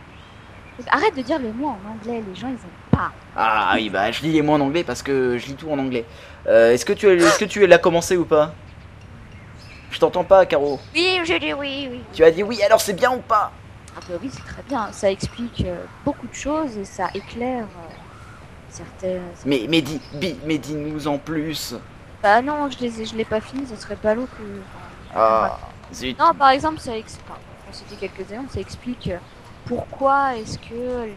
Arrête de dire les mots en anglais, les gens ils aiment pas. Ah oui, bah je lis les mots en anglais parce que je lis tout en anglais. Est-ce que tu l'as commencé ou pas? Je t'entends pas, Caro. Oui, je dis oui. Tu as dit oui, alors c'est bien ou pas? Ah bah oui, c'est très bien. Ça explique beaucoup de choses et ça éclaire certaines... Mais dis-nous en plus. Bah non, je l'ai pas fini, ça serait pas l'eau que... Ah, zut. Non, par exemple, ça explique... Enfin, c'était quelques exemples, ça explique pourquoi est-ce que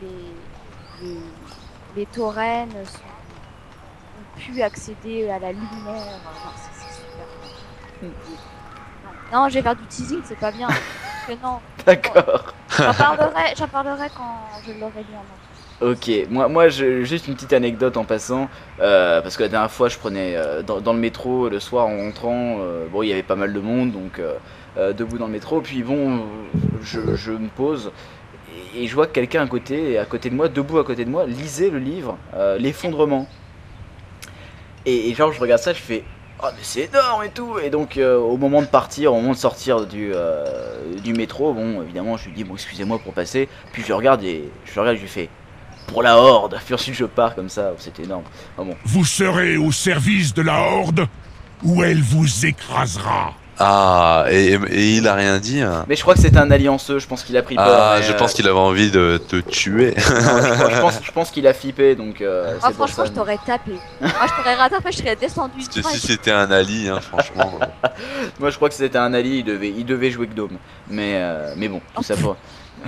les taurennes ont pu accéder à la lumière. Non, c'est super. Non, je vais faire du teasing, c'est pas bien. Que non. D'accord. J'en parlerai quand je l'aurai lu en entier. Ok, moi juste une petite anecdote en passant, parce que la dernière fois je prenais dans le métro le soir en rentrant, bon il y avait pas mal de monde donc debout dans le métro, puis bon je me pose et je vois que quelqu'un à côté de moi, debout à côté de moi, lisait le livre L'effondrement. Et genre je regarde ça, je fais oh mais c'est énorme et tout, et donc au moment de sortir du métro, bon évidemment je lui dis bon excusez-moi pour passer, puis je le regarde et je lui fais pour la Horde, puis ensuite je pars comme ça, c'est énorme. Ah bon. Vous serez au service de la Horde ou elle vous écrasera. Ah, et il a rien dit. Hein. Mais je crois que c'était un allianceux, je pense qu'il a pris peur. Ah, je pense qu'il avait envie de te tuer. Non, je pense qu'il a flippé, donc c'est pour franchement, ça. je t'aurais tapé. Moi, je t'aurais rattrapé, je serais descendu. Si c'était un Ali, hein, franchement. Moi, je crois que c'était un Ali, il devait jouer Gnome. Mais bon, tout ça pour...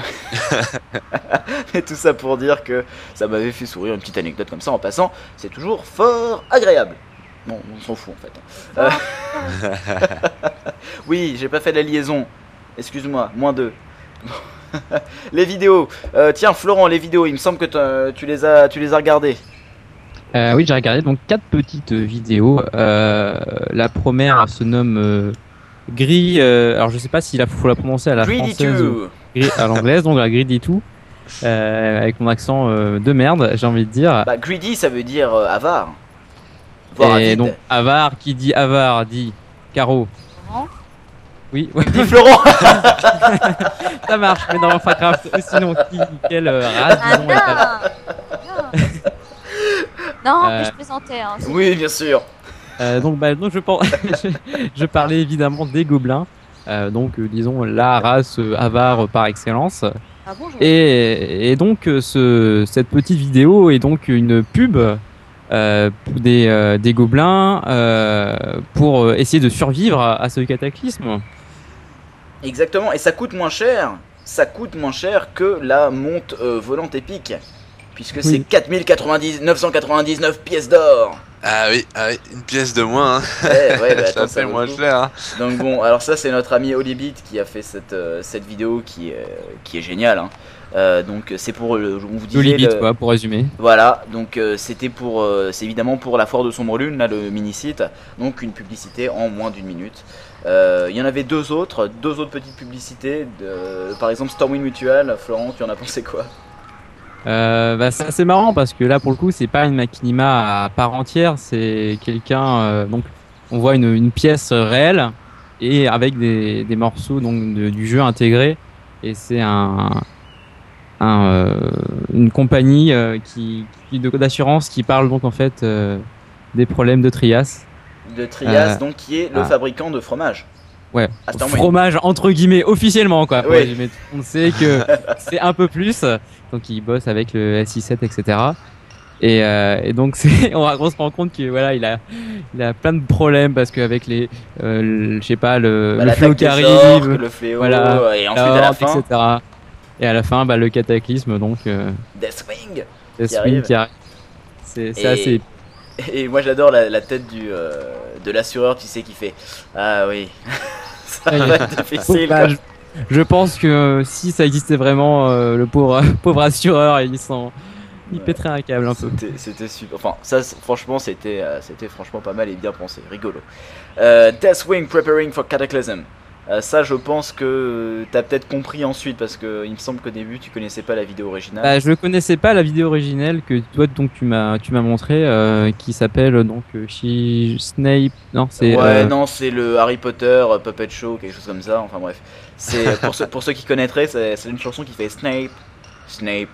Mais tout ça pour dire que ça m'avait fait sourire, une petite anecdote comme ça en passant. C'est toujours fort agréable. Bon, on s'en fout en fait. Oui, j'ai pas fait la liaison. Excuse-moi, -2. Les vidéos. Tiens, Florent, les vidéos, il me semble que tu les as regardées. Oui, j'ai regardé donc 4 petites vidéos. La première se nomme Gris. Alors je sais pas s'il faut la prononcer à la française ou à l'anglaise, donc la Greedy 2. Avec mon accent de merde, j'ai envie de dire. Bah, greedy, ça veut dire avare. Et donc avare, qui dit avare dit Caro. Florent. Oui, Dis Florent. Ça marche, mais dans Warcraft, sinon quelle race disons est avare. Non, mais je plaisantais. Hein, oui, bien sûr. Donc je parlais évidemment des gobelins, disons la race avare par excellence. Ah bon, et donc cette petite vidéo est donc une pub des gobelins pour essayer de survivre à ce cataclysme. Exactement, et ça coûte moins cher. Ça coûte moins cher que la monte volante épique, puisque c'est 999 pièces d'or. Ah oui, une pièce de moins. Hein. Ouais, bah, attends, ça fait moins cher. Hein. Donc bon, alors ça c'est notre ami Hollybeat qui a fait cette vidéo qui est géniale. Hein. Donc c'est pour on vous disait Hollybeat quoi, pour résumer. Voilà, donc c'est évidemment pour la foire de Sombrelune, là le mini-site. Donc une publicité en moins d'1 minute. Il y en avait deux autres petites publicités. Par exemple Stormwind Mutual. Florent, tu en as pensé quoi? C'est assez marrant parce que là pour le coup c'est pas une machinima à part entière, c'est quelqu'un donc on voit une pièce réelle et avec des morceaux donc du jeu intégrés, et c'est une compagnie d'assurance qui parle donc en fait des problèmes de Trias. De Trias donc qui est le fabricant de fromage. Ouais, fromage entre guillemets officiellement quoi. Oui. Mais on sait que c'est un peu plus. Donc il bosse avec le SI7 etc. Et donc on se rend compte que voilà il a plein de problèmes parce qu'avec les je sais pas le fléau qui arrive, le fléau, voilà, et ensuite à la fin etc. Et à la fin le cataclysme donc Deathwing qui arrive. C'est assez. Et moi j'adore la tête de l'assureur, tu sais, qui fait ah oui. Ça va être difficile. Je pense que si ça existait vraiment, le pauvre assureur, il pèterait un câble un peu. C'était super. Enfin, ça, franchement, c'était franchement pas mal et bien pensé, rigolo. Deathwing Preparing for Cataclysm. Ça, je pense que t'as peut-être compris ensuite parce que il me semble qu'au début tu connaissais pas la vidéo originale. Je connaissais pas la vidéo originale que toi donc tu m'as montré, qui s'appelle donc Snape. Non, c'est. Ouais, non, c'est le Harry Potter Puppet Show, quelque chose comme ça. Enfin bref, c'est pour ceux qui connaîtraient, c'est une chanson qui fait Snape,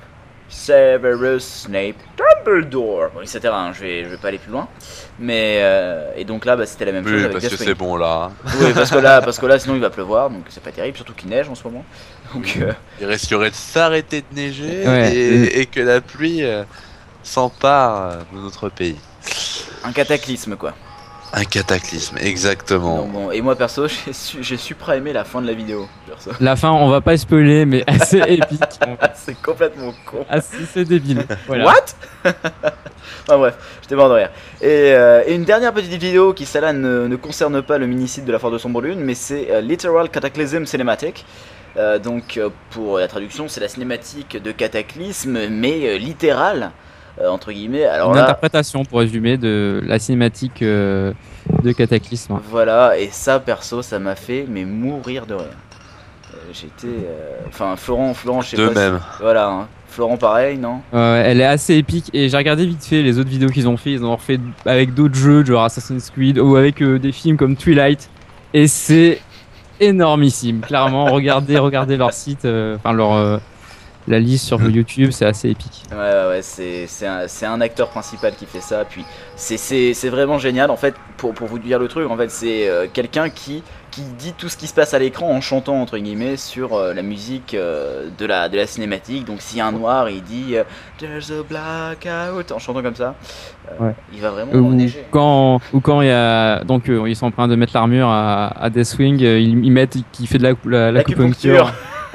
Severus Snape Dumbledore, bon, etc. Hein, je vais pas aller plus loin. Mais et donc là, c'était la même chose avec parce que Deathwing. c'est bon là. Oui, parce que là, sinon il va pleuvoir, donc c'est pas terrible, surtout qu'il neige en ce moment. Donc Il risquerait de s'arrêter de neiger Ouais. et que la pluie s'empare de notre pays. un cataclysme quoi. Un cataclysme, exactement. Donc, bon, et moi perso, j'ai super aimé la fin de la vidéo. Perso. La fin, on va pas spoiler, mais assez épique. C'est complètement con. C'est débile. Voilà. What? Enfin bref, je déborde de rire. Et une dernière petite vidéo qui celle-là ne concerne pas le mini-site de la Foire de Sombre Lune, mais c'est Literal Cataclysm Cinematic. Donc pour la traduction, c'est la cinématique de Cataclysme, mais littérale, entre guillemets. Alors Une là, interprétation, pour résumer, de la cinématique de Cataclysme. voilà, et ça perso, ça m'a fait mourir de rire. J'étais, enfin Florent, je sais De pas. même. Voilà, hein. Florent pareil, non? Elle est assez épique et j'ai regardé vite fait les autres vidéos qu'ils ont fait. Ils ont refait avec d'autres jeux, genre Assassin's Creed ou avec des films comme Twilight. Et c'est énormissime. Clairement, regardez leur site, la liste sur YouTube, c'est assez épique. Ouais, c'est un acteur principal qui fait ça. Puis c'est vraiment génial. En fait, pour vous dire le truc, en fait, c'est quelqu'un qui dit tout ce qui se passe à l'écran en chantant entre guillemets sur la musique de la cinématique. Donc s'il y a un noir, il dit There's a blackout en chantant comme ça. Ouais. Il va vraiment Ou neiger. quand il y a donc ils sont en train de mettre l'armure à Deathwing, ils mettent qui fait de l'acupuncture.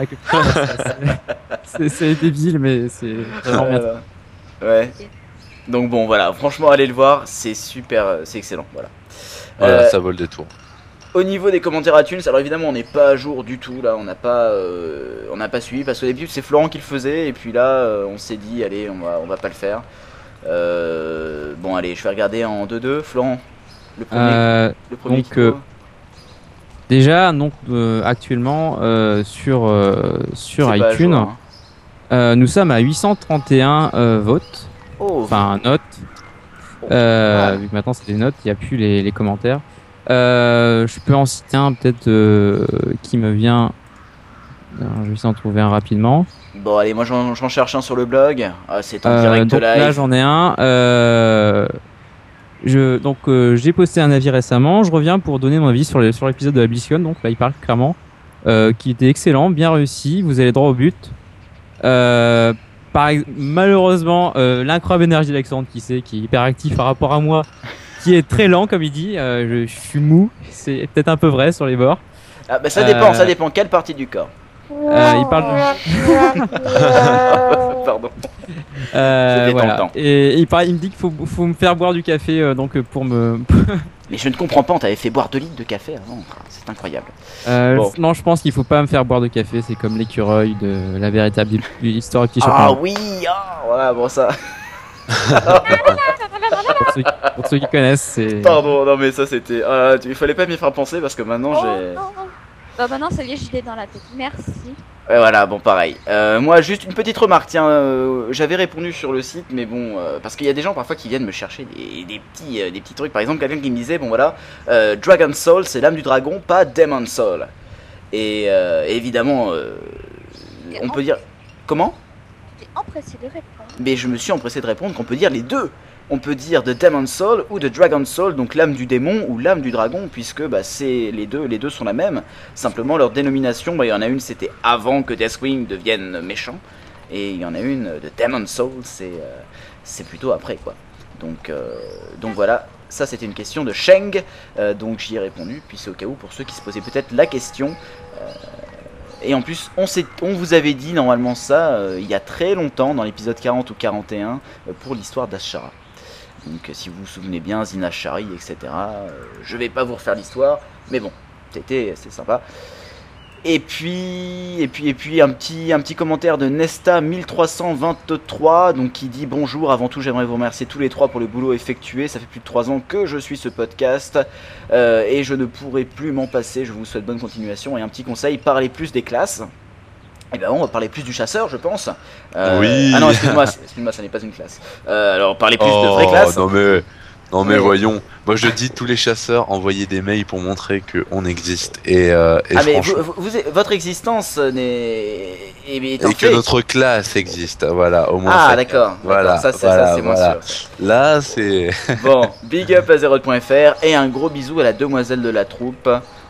C'est débile, mais c'est vraiment bien. Ouais. Donc bon, voilà. Franchement, allez le voir. C'est super, c'est excellent. Voilà. Voilà, ça vaut le détour. Au niveau des commentaires iTunes, alors évidemment on n'est pas à jour du tout là, on n'a pas suivi parce qu'au début c'est Florent qui le faisait et puis là on s'est dit allez on va pas le faire. Bon allez, je vais regarder en 2-2. Florent, le premier donc, qui faut. déjà donc actuellement sur C'est pas à iTunes, jour, hein. nous sommes à 831 votes, Oh, enfin notes. ouais. Vu que maintenant c'est des notes, il n'y a plus les commentaires. Je peux en citer un peut-être qui me vient. Alors, je vais essayer d'en trouver un rapidement. Bon allez, moi j'en cherche un sur le blog. Ah, c'est en direct donc live. là j'en ai un. J'ai posté un avis récemment. Je reviens pour donner mon avis sur l'épisode de la BlizzCon. Donc là il parle clairement qui était excellent, bien réussi. Vous allez droit au but. Malheureusement, l'incroyable énergie d'Alexandre qui est hyper actif par rapport à moi, qui est très lent comme il dit. Je suis mou, c'est peut-être un peu vrai sur les bords. Ah bah ça dépend quelle partie du corps. Il parle de... Pardon. Voilà. tentant. Et il me dit qu'il faut me faire boire du café pour me. Mais je ne comprends pas, on t'avait fait boire 2 litres de café avant. C'est incroyable. Bon. Non, je pense qu'il faut pas me faire boire de café. C'est comme l'écureuil de la véritable histoire du petit Ah chapeau. oui, voilà, bon ça. Pour ceux qui connaissent, c'est. Pardon, non mais ça c'était. Il fallait pas m'y faire penser parce que maintenant j'ai. Non. Bah maintenant ça y est, j'y ai dans la tête. Merci. Ouais, voilà, bon pareil. Moi juste une petite remarque, tiens, j'avais répondu sur le site, mais bon, parce qu'il y a des gens parfois qui viennent me chercher des petits trucs. Par exemple, quelqu'un qui me disait, bon voilà, Dragon Soul, c'est l'âme du dragon, pas Demon Soul. Et évidemment, on peut dire. Comment? J'étais empressé de répondre. Mais je me suis empressé de répondre qu'on peut dire les deux. On peut dire The Demon Soul ou The Dragon Soul, donc l'âme du démon ou l'âme du dragon, puisque c'est les deux sont la même. Simplement leur dénomination, il y en a une c'était avant que Deathwing devienne méchant, et il y en a une The Demon Soul, c'est plutôt après quoi. Donc voilà, ça c'était une question de Sheng, donc j'y ai répondu, puis c'est au cas où pour ceux qui se posaient peut-être la question. Et en plus, on vous avait dit normalement ça il y a très longtemps, dans l'épisode 40 ou 41, pour l'histoire d'Ashara. Donc si vous vous souvenez bien, Zina Shari, etc. Je vais pas vous refaire l'histoire, mais bon, c'est sympa. Et puis un petit commentaire de Nesta 1323, donc qui dit bonjour. Avant tout, j'aimerais vous remercier tous les trois pour le boulot effectué. Ça fait plus de 3 ans que je suis ce podcast et je ne pourrai plus m'en passer. Je vous souhaite bonne continuation et un petit conseil, parlez plus des classes. Et ben on va parler plus du chasseur, je pense. Oui. Ah non, excuse-moi, ça n'est pas une classe. Alors parlez plus de vraies classes. Non mais Non mais Ouais. voyons, moi je dis tous les chasseurs envoyez des mails pour montrer qu'on existe et mais franchement votre existence est et en que fait. notre classe existe, voilà au moins. Ah ça- d'accord, Voilà, ça c'est voilà, ça, c'est moins voilà. sûr. Là c'est Bon, big up à Zeroth.fr et un gros bisou à la demoiselle de la troupe.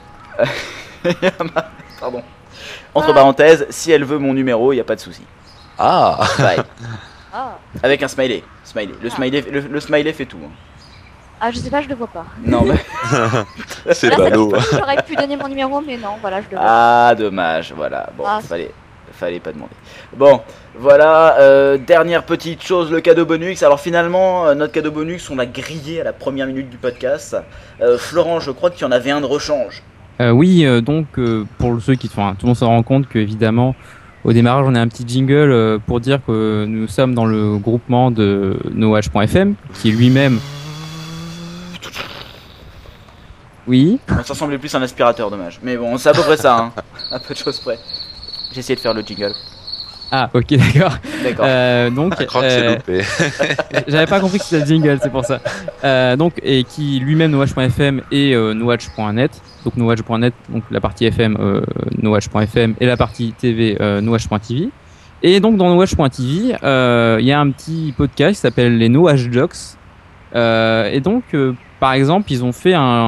Pardon. Entre parenthèses, si elle veut mon numéro, il y a pas de souci. ah Bye. Ah. Avec un smiley. Le smiley fait tout. Hein. Ah, je sais pas, je le vois pas. Non mais c'est Là, ça ballot. fait- J'aurais pu donner mon numéro, mais non, voilà, je le vois. ah dommage, voilà. Bon, Ah. fallait pas demander. Bon, voilà, dernière petite chose, le cadeau bonus. Alors finalement, notre cadeau bonus, on l'a grillé à la première minute du podcast. Florent, je crois qu'il y en avait un de rechange. Oui, donc pour ceux qui, enfin, tout le monde se rend compte qu'évidemment, au démarrage, on a un petit jingle pour dire que nous sommes dans le groupement de NoWatch.fm, qui est lui-même. Oui. Bon, ça semblait plus un aspirateur, dommage. Mais bon, c'est à peu près ça, hein. À peu de choses près. J'ai essayé de faire le jingle. Ah, ok, d'accord. D'accord. Donc, Je crois que c'est loupé. j'avais pas compris que c'était le jingle, c'est pour ça. Donc, et qui lui-même NoWatch.fm et NoWatch.net. Donc NoWatch.net, donc la partie FM NoWatch.fm et la partie TV NoWatch.tv. Et donc dans NoWatch.tv, il y a un petit podcast qui s'appelle les NoWatch Jocks. Et donc par exemple, ils ont fait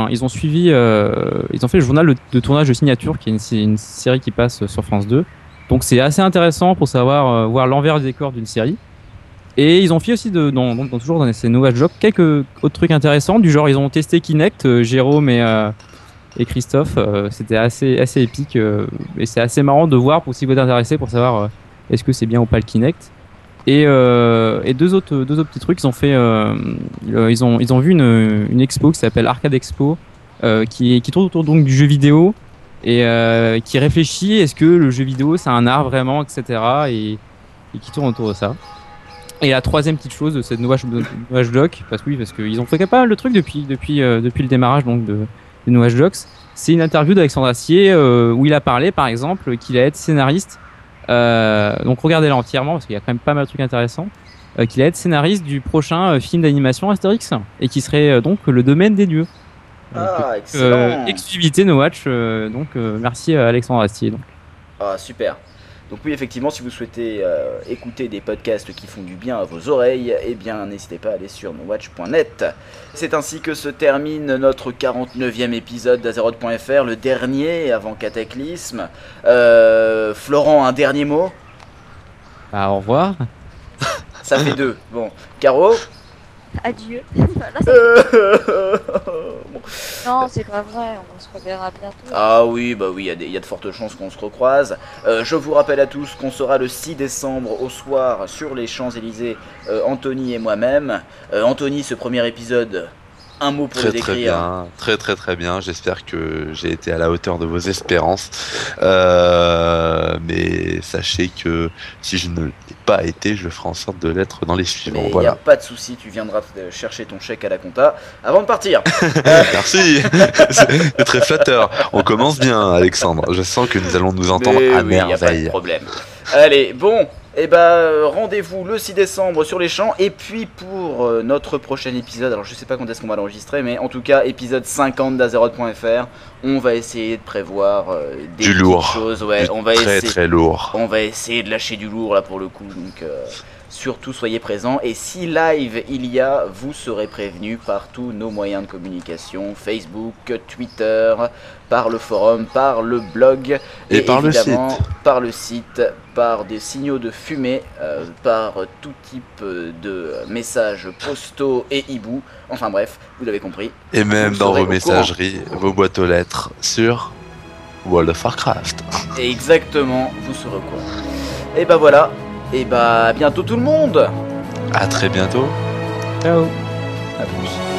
le journal de tournage de signature, qui est une série qui passe sur France 2. Donc c'est assez intéressant pour savoir voir l'envers du décor d'une série. Et ils ont fait aussi toujours dans ces NoWatch Jocks quelques autres trucs intéressants, du genre ils ont testé Kinect, Jérôme et Christophe. C'était assez épique et c'est assez marrant de voir, pour si vous êtes intéressé, pour savoir est-ce que c'est bien ou pas le Kinect. Et deux autres petits trucs, ils ont fait ils ont vu une expo qui s'appelle Arcade Expo, qui tourne autour donc du jeu vidéo et qui réfléchit, est-ce que le jeu vidéo c'est un art vraiment, etc. et qui tourne autour de ça. Et la troisième petite chose de cette NoWatch Doc, parce qu'ils ont fait pas mal de trucs depuis le démarrage donc de NoWatch Docs, c'est une interview d'Alexandre Astier où il a parlé par exemple qu'il allait être scénariste. Donc regardez-la entièrement parce qu'il y a quand même pas mal de trucs intéressants. Qu'il allait être scénariste du prochain film d'animation Astérix et qui serait donc le domaine des dieux. Ah, excellent. Exclusivité NoWatch. Donc merci à Alexandre Astier. Donc. Ah, super. Donc oui, effectivement, si vous souhaitez écouter des podcasts qui font du bien à vos oreilles, eh bien n'hésitez pas à aller sur nowatch.net. C'est ainsi que se termine notre 49e épisode d'Azeroth.fr, le dernier avant Cataclysme. Florent, un dernier mot? Bah, au revoir. Ça fait 2. Bon, Caro? Adieu. Voilà, Bon. non, c'est pas vrai, on se reverra bientôt. Ah oui, bah oui, il y a de fortes chances qu'on se recroise. Je vous rappelle à tous qu'on sera le 6 décembre au soir sur les Champs-Élysées, Anthony et moi-même. Anthony, ce premier épisode, un mot pour le Très décrire. bien, très bien. J'espère que j'ai été à la hauteur de vos espérances. Mais sachez que si je ne l'ai pas été, je ferai en sorte de l'être dans les suivants. Mais il n'y Voilà. a pas de souci, tu viendras chercher ton chèque à la compta avant de partir. Merci, c'est très flatteur. On commence bien, Alexandre. Je sens que nous allons nous entendre Mais à oui, y a pas de merveille. problème. Allez, bon, et rendez-vous le 6 décembre sur les champs. Et puis pour notre prochain épisode, alors je sais pas quand est-ce qu'on va l'enregistrer, mais en tout cas, épisode 50 d'Azeroth.fr, on va essayer de prévoir des Du petites lourd. choses. Ouais, Du on va très essayer. très lourd. On va essayer de lâcher du lourd là pour le coup, donc surtout soyez présents. Et si live il y a, vous serez prévenus par tous nos moyens de communication, Facebook, Twitter, par le forum, par le blog Et par le évidemment site. par le site, par des signaux de fumée, par tout type de messages postaux et hiboux. Enfin bref, vous l'avez compris. Et même Vous dans serez vos au messageries, vos boîtes aux lettres sur World of Warcraft. Et exactement, vous serez au courant. Et voilà, et à bientôt tout le monde. À très bientôt. Ciao. À plus.